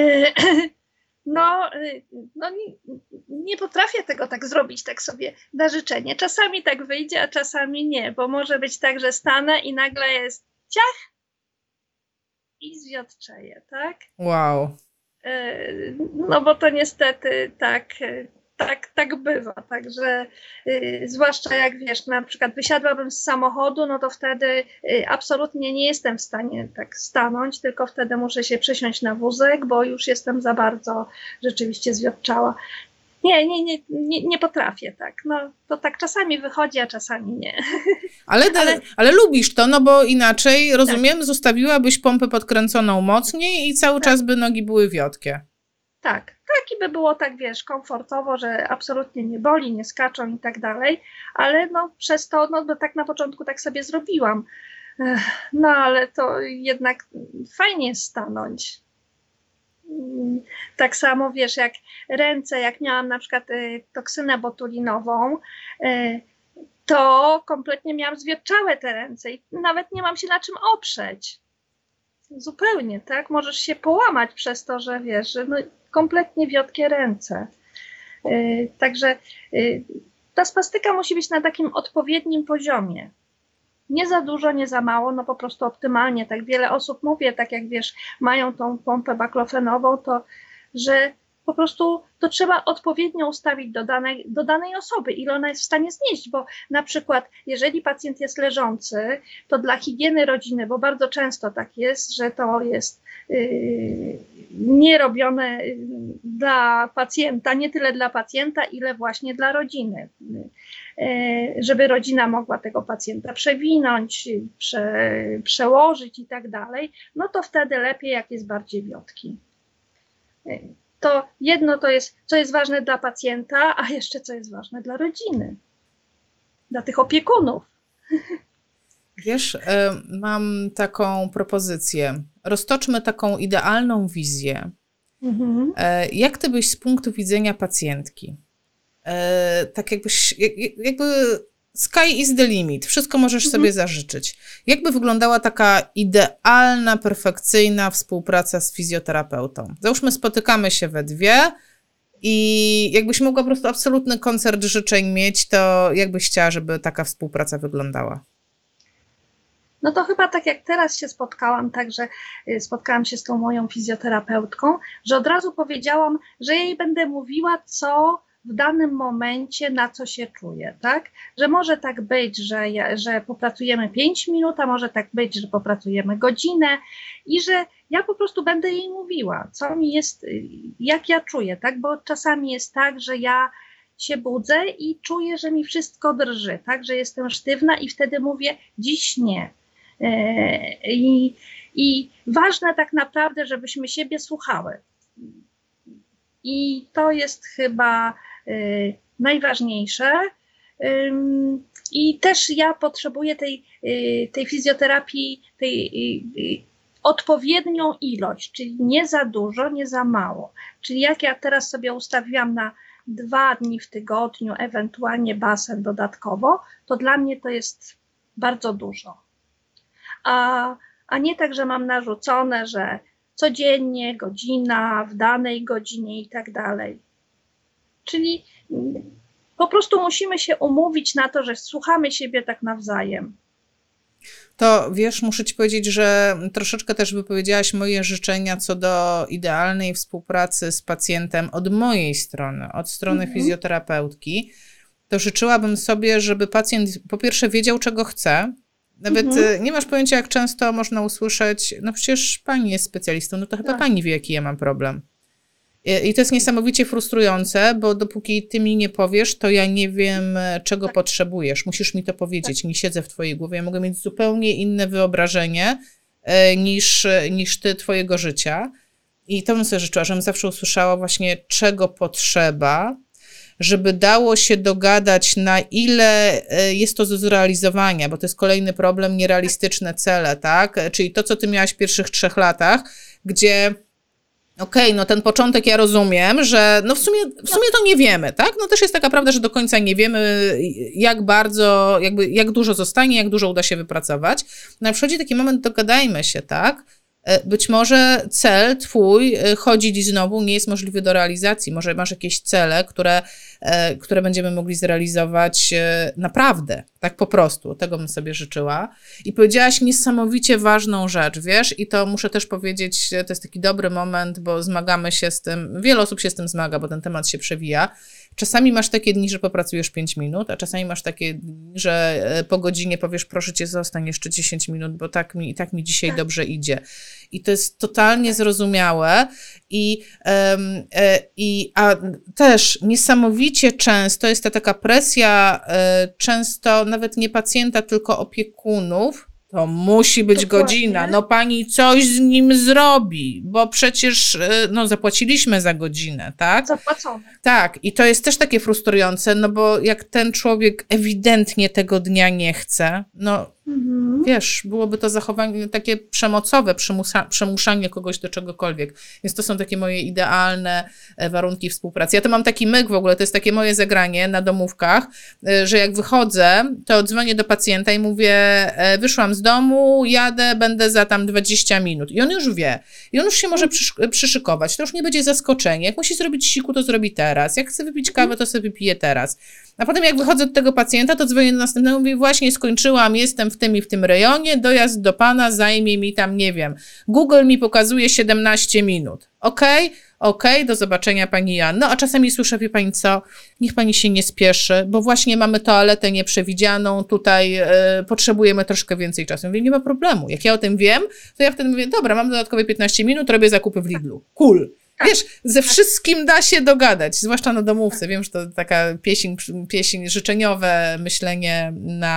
Nie potrafię tego tak zrobić, tak sobie na życzenie. Czasami tak wyjdzie, a czasami nie, bo może być tak, że stanę i nagle jest ciach i zwiotczeję, tak? Wow. No bo to niestety tak bywa, także zwłaszcza jak wiesz, na przykład wysiadłabym z samochodu, no to wtedy absolutnie nie jestem w stanie tak stanąć, tylko wtedy muszę się przesiąść na wózek, bo już jestem za bardzo rzeczywiście zwiotczała. Nie potrafię tak, no to tak czasami wychodzi, a czasami nie. Ale lubisz to, no bo inaczej, rozumiem, zostawiłabyś pompę podkręconą mocniej i cały czas by nogi były wiotkie. Tak i by było tak, wiesz, komfortowo, że absolutnie nie boli, nie skaczą i tak dalej, ale no przez to, no tak na początku tak sobie zrobiłam, no ale to jednak fajnie jest stanąć. Tak samo, wiesz, jak ręce, jak miałam na przykład toksynę botulinową, to kompletnie miałam zwiotczałe te ręce i nawet nie mam się na czym oprzeć. Zupełnie, tak? Możesz się połamać przez to, że wiesz, że no, kompletnie wiotkie ręce. Także ta spastyka musi być na takim odpowiednim poziomie. Nie za dużo, nie za mało, no po prostu optymalnie. Tak wiele osób mówię, tak jak wiesz, mają tą pompę baklofenową, to że po prostu to trzeba odpowiednio ustawić do danej osoby, ile ona jest w stanie znieść, bo na przykład jeżeli pacjent jest leżący, to dla higieny rodziny, bo bardzo często tak jest, że to jest nie robione dla pacjenta, nie tyle dla pacjenta, ile właśnie dla rodziny, żeby rodzina mogła tego pacjenta przewinąć, przełożyć i tak dalej, no to wtedy lepiej, jak jest bardziej wiotki. To jedno to jest, co jest ważne dla pacjenta, a jeszcze co jest ważne dla rodziny, dla tych opiekunów. Wiesz, mam taką propozycję. Roztoczmy taką idealną wizję. Jak ty byś z punktu widzenia pacjentki, tak jakby sky is the limit, wszystko możesz sobie zażyczyć. Jakby wyglądała taka idealna, perfekcyjna współpraca z fizjoterapeutą? Załóżmy, spotykamy się we dwie i jakbyś mogła po prostu absolutny koncert życzeń mieć, to jakbyś chciała, żeby taka współpraca wyglądała? No to chyba tak jak teraz się spotkałam, także spotkałam się z tą moją fizjoterapeutką, że od razu powiedziałam, że jej będę mówiła, co w danym momencie, na co się czuję, tak? Że może tak być, że popracujemy 5 minut, a może tak być, że popracujemy godzinę i że ja po prostu będę jej mówiła, co mi jest, jak ja czuję, tak? Bo czasami jest tak, że ja się budzę i czuję, że mi wszystko drży, tak? Że jestem sztywna i wtedy mówię, dziś nie. I ważne tak naprawdę, żebyśmy siebie słuchały. I to jest chyba najważniejsze. I też ja potrzebuję tej fizjoterapii, tej odpowiednią ilość, czyli nie za dużo, nie za mało. Czyli jak ja teraz sobie ustawiłam na 2 dni w tygodniu, ewentualnie basen dodatkowo, to dla mnie to jest bardzo dużo. A nie tak, że mam narzucone, że codziennie, godzina, w danej godzinie i tak dalej. Czyli po prostu musimy się umówić na to, że słuchamy siebie tak nawzajem. To wiesz, muszę ci powiedzieć, że troszeczkę też wypowiedziałaś moje życzenia co do idealnej współpracy z pacjentem od mojej strony, od strony fizjoterapeutki. To życzyłabym sobie, żeby pacjent po pierwsze wiedział, czego chce. Nawet nie masz pojęcia, jak często można usłyszeć, no przecież pani jest specjalistą, no to chyba pani wie, jaki ja mam problem. I to jest niesamowicie frustrujące, bo dopóki ty mi nie powiesz, to ja nie wiem, czego potrzebujesz. Musisz mi to powiedzieć, nie siedzę w twojej głowie. Ja mogę mieć zupełnie inne wyobrażenie niż ty twojego życia. I to bym sobie życzyła, żebym zawsze usłyszała właśnie, czego potrzeba, żeby dało się dogadać, na ile jest to do zrealizowania, bo to jest kolejny problem, nierealistyczne cele, tak? Czyli to, co ty miałaś w pierwszych 3 latach, gdzie okej, no ten początek ja rozumiem, że no w sumie to nie wiemy, tak? No też jest taka prawda, że do końca nie wiemy, jak bardzo, jak dużo zostanie, jak dużo uda się wypracować. No i przychodzi taki moment, dogadajmy się, tak? Być może cel twój chodzić znowu nie jest możliwy do realizacji. Może masz jakieś cele, które będziemy mogli zrealizować naprawdę, tak po prostu. Tego bym sobie życzyła. I powiedziałaś niesamowicie ważną rzecz, wiesz, i to muszę też powiedzieć, to jest taki dobry moment, bo zmagamy się z tym, wiele osób się z tym zmaga, bo ten temat się przewija. Czasami masz takie dni, że popracujesz 5 minut, a czasami masz takie dni, że po godzinie powiesz, proszę cię, zostań jeszcze 10 minut, bo tak mi dzisiaj dobrze idzie. I to jest totalnie zrozumiałe a też niesamowicie często jest ta taka presja, często nawet nie pacjenta, tylko opiekunów. To musi być dokładnie godzina, no pani coś z nim zrobi, bo przecież no zapłaciliśmy za godzinę, tak? Zapłacone. Tak, i to jest też takie frustrujące, no bo jak ten człowiek ewidentnie tego dnia nie chce, no wiesz, byłoby to zachowanie takie przemocowe, przymuszanie kogoś do czegokolwiek. Więc to są takie moje idealne warunki współpracy. Ja to mam taki myk w ogóle, to jest takie moje zagranie na domówkach, że jak wychodzę, to dzwonię do pacjenta i mówię, wyszłam z domu, jadę, będę za tam 20 minut. I on już wie. I on już się może przyszykować. To już nie będzie zaskoczenie. Jak musi zrobić siku, to zrobi teraz. Jak chce wypić kawę, to sobie wypije teraz. A potem jak wychodzę do tego pacjenta, to dzwonię do następnego i mówię, właśnie skończyłam, jestem w tym i w tym rejonie, dojazd do pana zajmie mi tam, nie wiem, Google mi pokazuje 17 minut. Okej? Okej, do zobaczenia pani Joanno. A czasami słyszę, wie pani co, niech pani się nie spieszy, bo właśnie mamy toaletę nieprzewidzianą, tutaj potrzebujemy troszkę więcej czasu. Mówię, nie ma problemu. Jak ja o tym wiem, to ja wtedy mówię, dobra, mam dodatkowe 15 minut, robię zakupy w Lidlu. Cool. Wiesz, ze wszystkim da się dogadać, zwłaszcza na domówce. Wiem, że to taka pieśń życzeniowe myślenie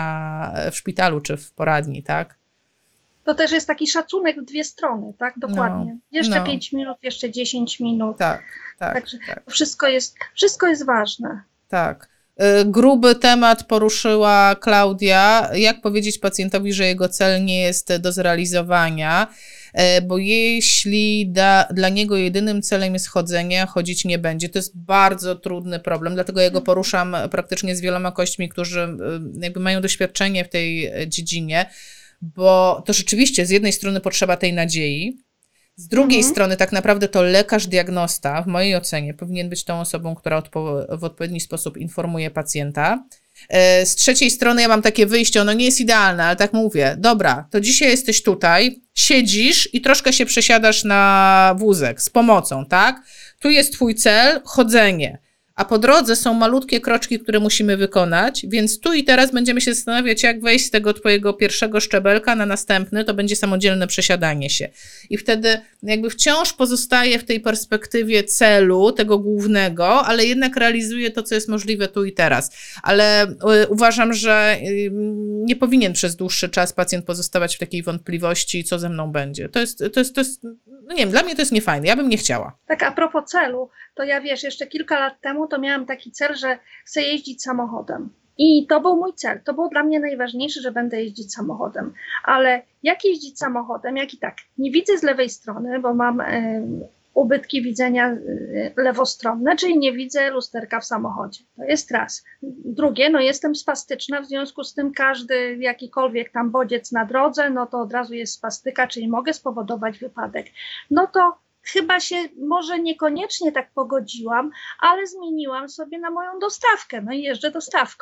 w szpitalu czy w poradni, tak? To też jest taki szacunek w dwie strony, tak? Dokładnie. Jeszcze 5 minut, jeszcze 10 minut. Tak. Także wszystko jest ważne. Tak. Gruby temat poruszyła Klaudia. Jak powiedzieć pacjentowi, że jego cel nie jest do zrealizowania, bo jeśli dla niego jedynym celem jest chodzenie, chodzić nie będzie. To jest bardzo trudny problem, dlatego ja go poruszam praktycznie z wieloma gośćmi, którzy jakby mają doświadczenie w tej dziedzinie, bo to rzeczywiście z jednej strony potrzeba tej nadziei, z drugiej strony tak naprawdę to lekarz diagnosta, w mojej ocenie, powinien być tą osobą, która w odpowiedni sposób informuje pacjenta. Z trzeciej strony ja mam takie wyjście, ono nie jest idealne, ale tak mówię, dobra, to dzisiaj jesteś tutaj, siedzisz i troszkę się przesiadasz na wózek z pomocą, tak? Tu jest twój cel, chodzenie. A po drodze są malutkie kroczki, które musimy wykonać, więc tu i teraz będziemy się zastanawiać, jak wejść z tego twojego pierwszego szczebelka na następny, to będzie samodzielne przesiadanie się. I wtedy jakby wciąż pozostaje w tej perspektywie celu, tego głównego, ale jednak realizuje to, co jest możliwe tu i teraz. Ale uważam, że nie powinien przez dłuższy czas pacjent pozostawać w takiej wątpliwości, co ze mną będzie. To jest no nie wiem, dla mnie to jest niefajne, ja bym nie chciała. Tak, a propos celu, to ja wiesz, jeszcze kilka lat temu to miałam taki cel, że chcę jeździć samochodem. I to był mój cel. To było dla mnie najważniejsze, że będę jeździć samochodem. Ale jak jeździć samochodem, jak i tak nie widzę z lewej strony, bo mam ubytki widzenia lewostronne, czyli nie widzę lusterka w samochodzie. To jest raz. Drugie, no jestem spastyczna, w związku z tym każdy jakikolwiek tam bodziec na drodze, no to od razu jest spastyka, czyli mogę spowodować wypadek. No to chyba się może niekoniecznie tak pogodziłam, ale zmieniłam sobie na moją dostawkę. No i jeżdżę dostawką.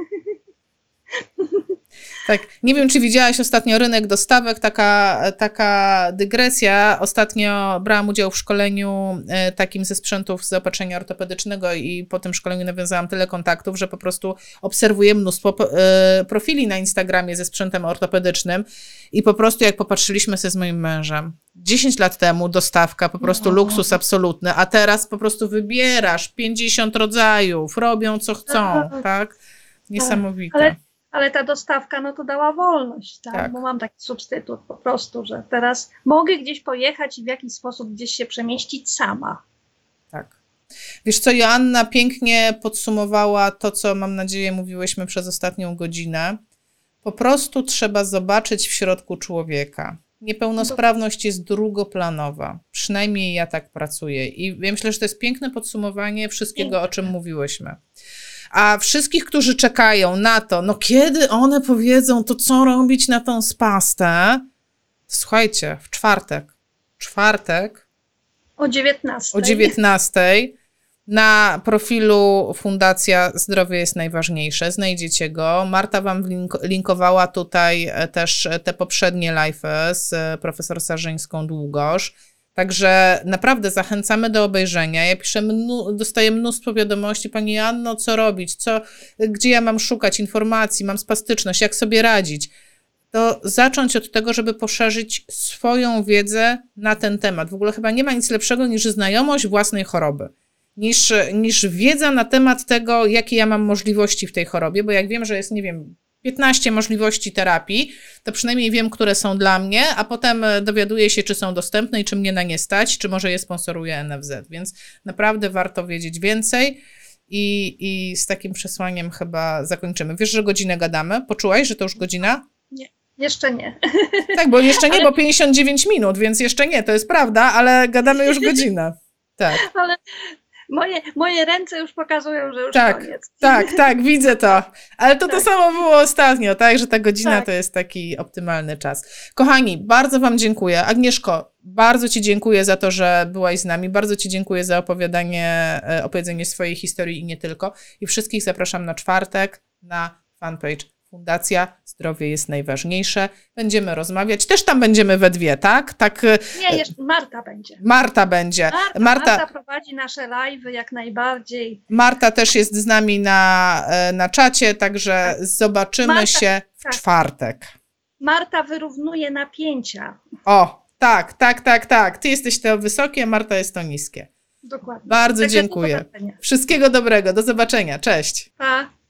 Tak, nie wiem, czy widziałaś ostatnio rynek dostawek, taka dygresja. Ostatnio brałam udział w szkoleniu takim ze sprzętów z zaopatrzenia ortopedycznego i po tym szkoleniu nawiązałam tyle kontaktów, że po prostu obserwuję mnóstwo profili na Instagramie ze sprzętem ortopedycznym i po prostu jak popatrzyliśmy sobie z moim mężem, 10 lat temu dostawka, po prostu luksus absolutny, a teraz po prostu wybierasz 50 rodzajów, robią co chcą, tak? Niesamowite. Ale ta dostawka, no to dała wolność, tak? Bo mam taki substytut po prostu, że teraz mogę gdzieś pojechać i w jakiś sposób gdzieś się przemieścić sama. Tak. Wiesz co, Joanna pięknie podsumowała to, co mam nadzieję mówiłyśmy przez ostatnią godzinę. Po prostu trzeba zobaczyć w środku człowieka. Niepełnosprawność jest drugoplanowa. Przynajmniej ja tak pracuję. I ja myślę, że to jest piękne podsumowanie wszystkiego, o czym mówiłyśmy. A wszystkich, którzy czekają na to, no kiedy one powiedzą, to co robić na tą spastę? Słuchajcie, w czwartek o 19:00. O 19:00 na profilu Fundacja Zdrowie jest Najważniejsze. Znajdziecie go. Marta wam linkowała tutaj też te poprzednie live'y z profesor Sarzyńską Długosz. Także naprawdę zachęcamy do obejrzenia. Ja dostaję mnóstwo wiadomości. Pani Joanno, co robić? Gdzie ja mam szukać informacji? Mam spastyczność. Jak sobie radzić? To zacząć od tego, żeby poszerzyć swoją wiedzę na ten temat. W ogóle chyba nie ma nic lepszego niż znajomość własnej choroby. Niż wiedza na temat tego, jakie ja mam możliwości w tej chorobie, bo jak wiem, że jest, 15 możliwości terapii, to przynajmniej wiem, które są dla mnie, a potem dowiaduję się, czy są dostępne i czy mnie na nie stać, czy może je sponsoruje NFZ. Więc naprawdę warto wiedzieć więcej i z takim przesłaniem chyba zakończymy. Wiesz, że godzinę gadamy? Poczułaś, że to już godzina? Nie, jeszcze nie. Tak, bo jeszcze nie, bo 59 minut, więc jeszcze nie, to jest prawda, ale gadamy już godzinę. Tak. Ale moje ręce już pokazują, że już koniec. Tak, widzę to. Ale to samo było ostatnio, tak, że ta godzina to jest taki optymalny czas. Kochani, bardzo wam dziękuję. Agnieszko, bardzo ci dziękuję za to, że byłaś z nami. Bardzo ci dziękuję za opowiedzenie swojej historii i nie tylko. I wszystkich zapraszam na czwartek na fanpage Fundacja Zdrowie jest najważniejsze. Będziemy rozmawiać. Też tam będziemy we dwie, tak? Nie, jeszcze Marta będzie. Marta będzie. Marta prowadzi nasze live'y jak najbardziej. Marta też jest z nami na czacie, także zobaczymy się w czwartek. Marta wyrównuje napięcia. O, tak. Ty jesteś to wysokie, Marta jest to niskie. Dokładnie. Bardzo dziękuję. Wszystkiego dobrego. Do zobaczenia. Cześć. Pa.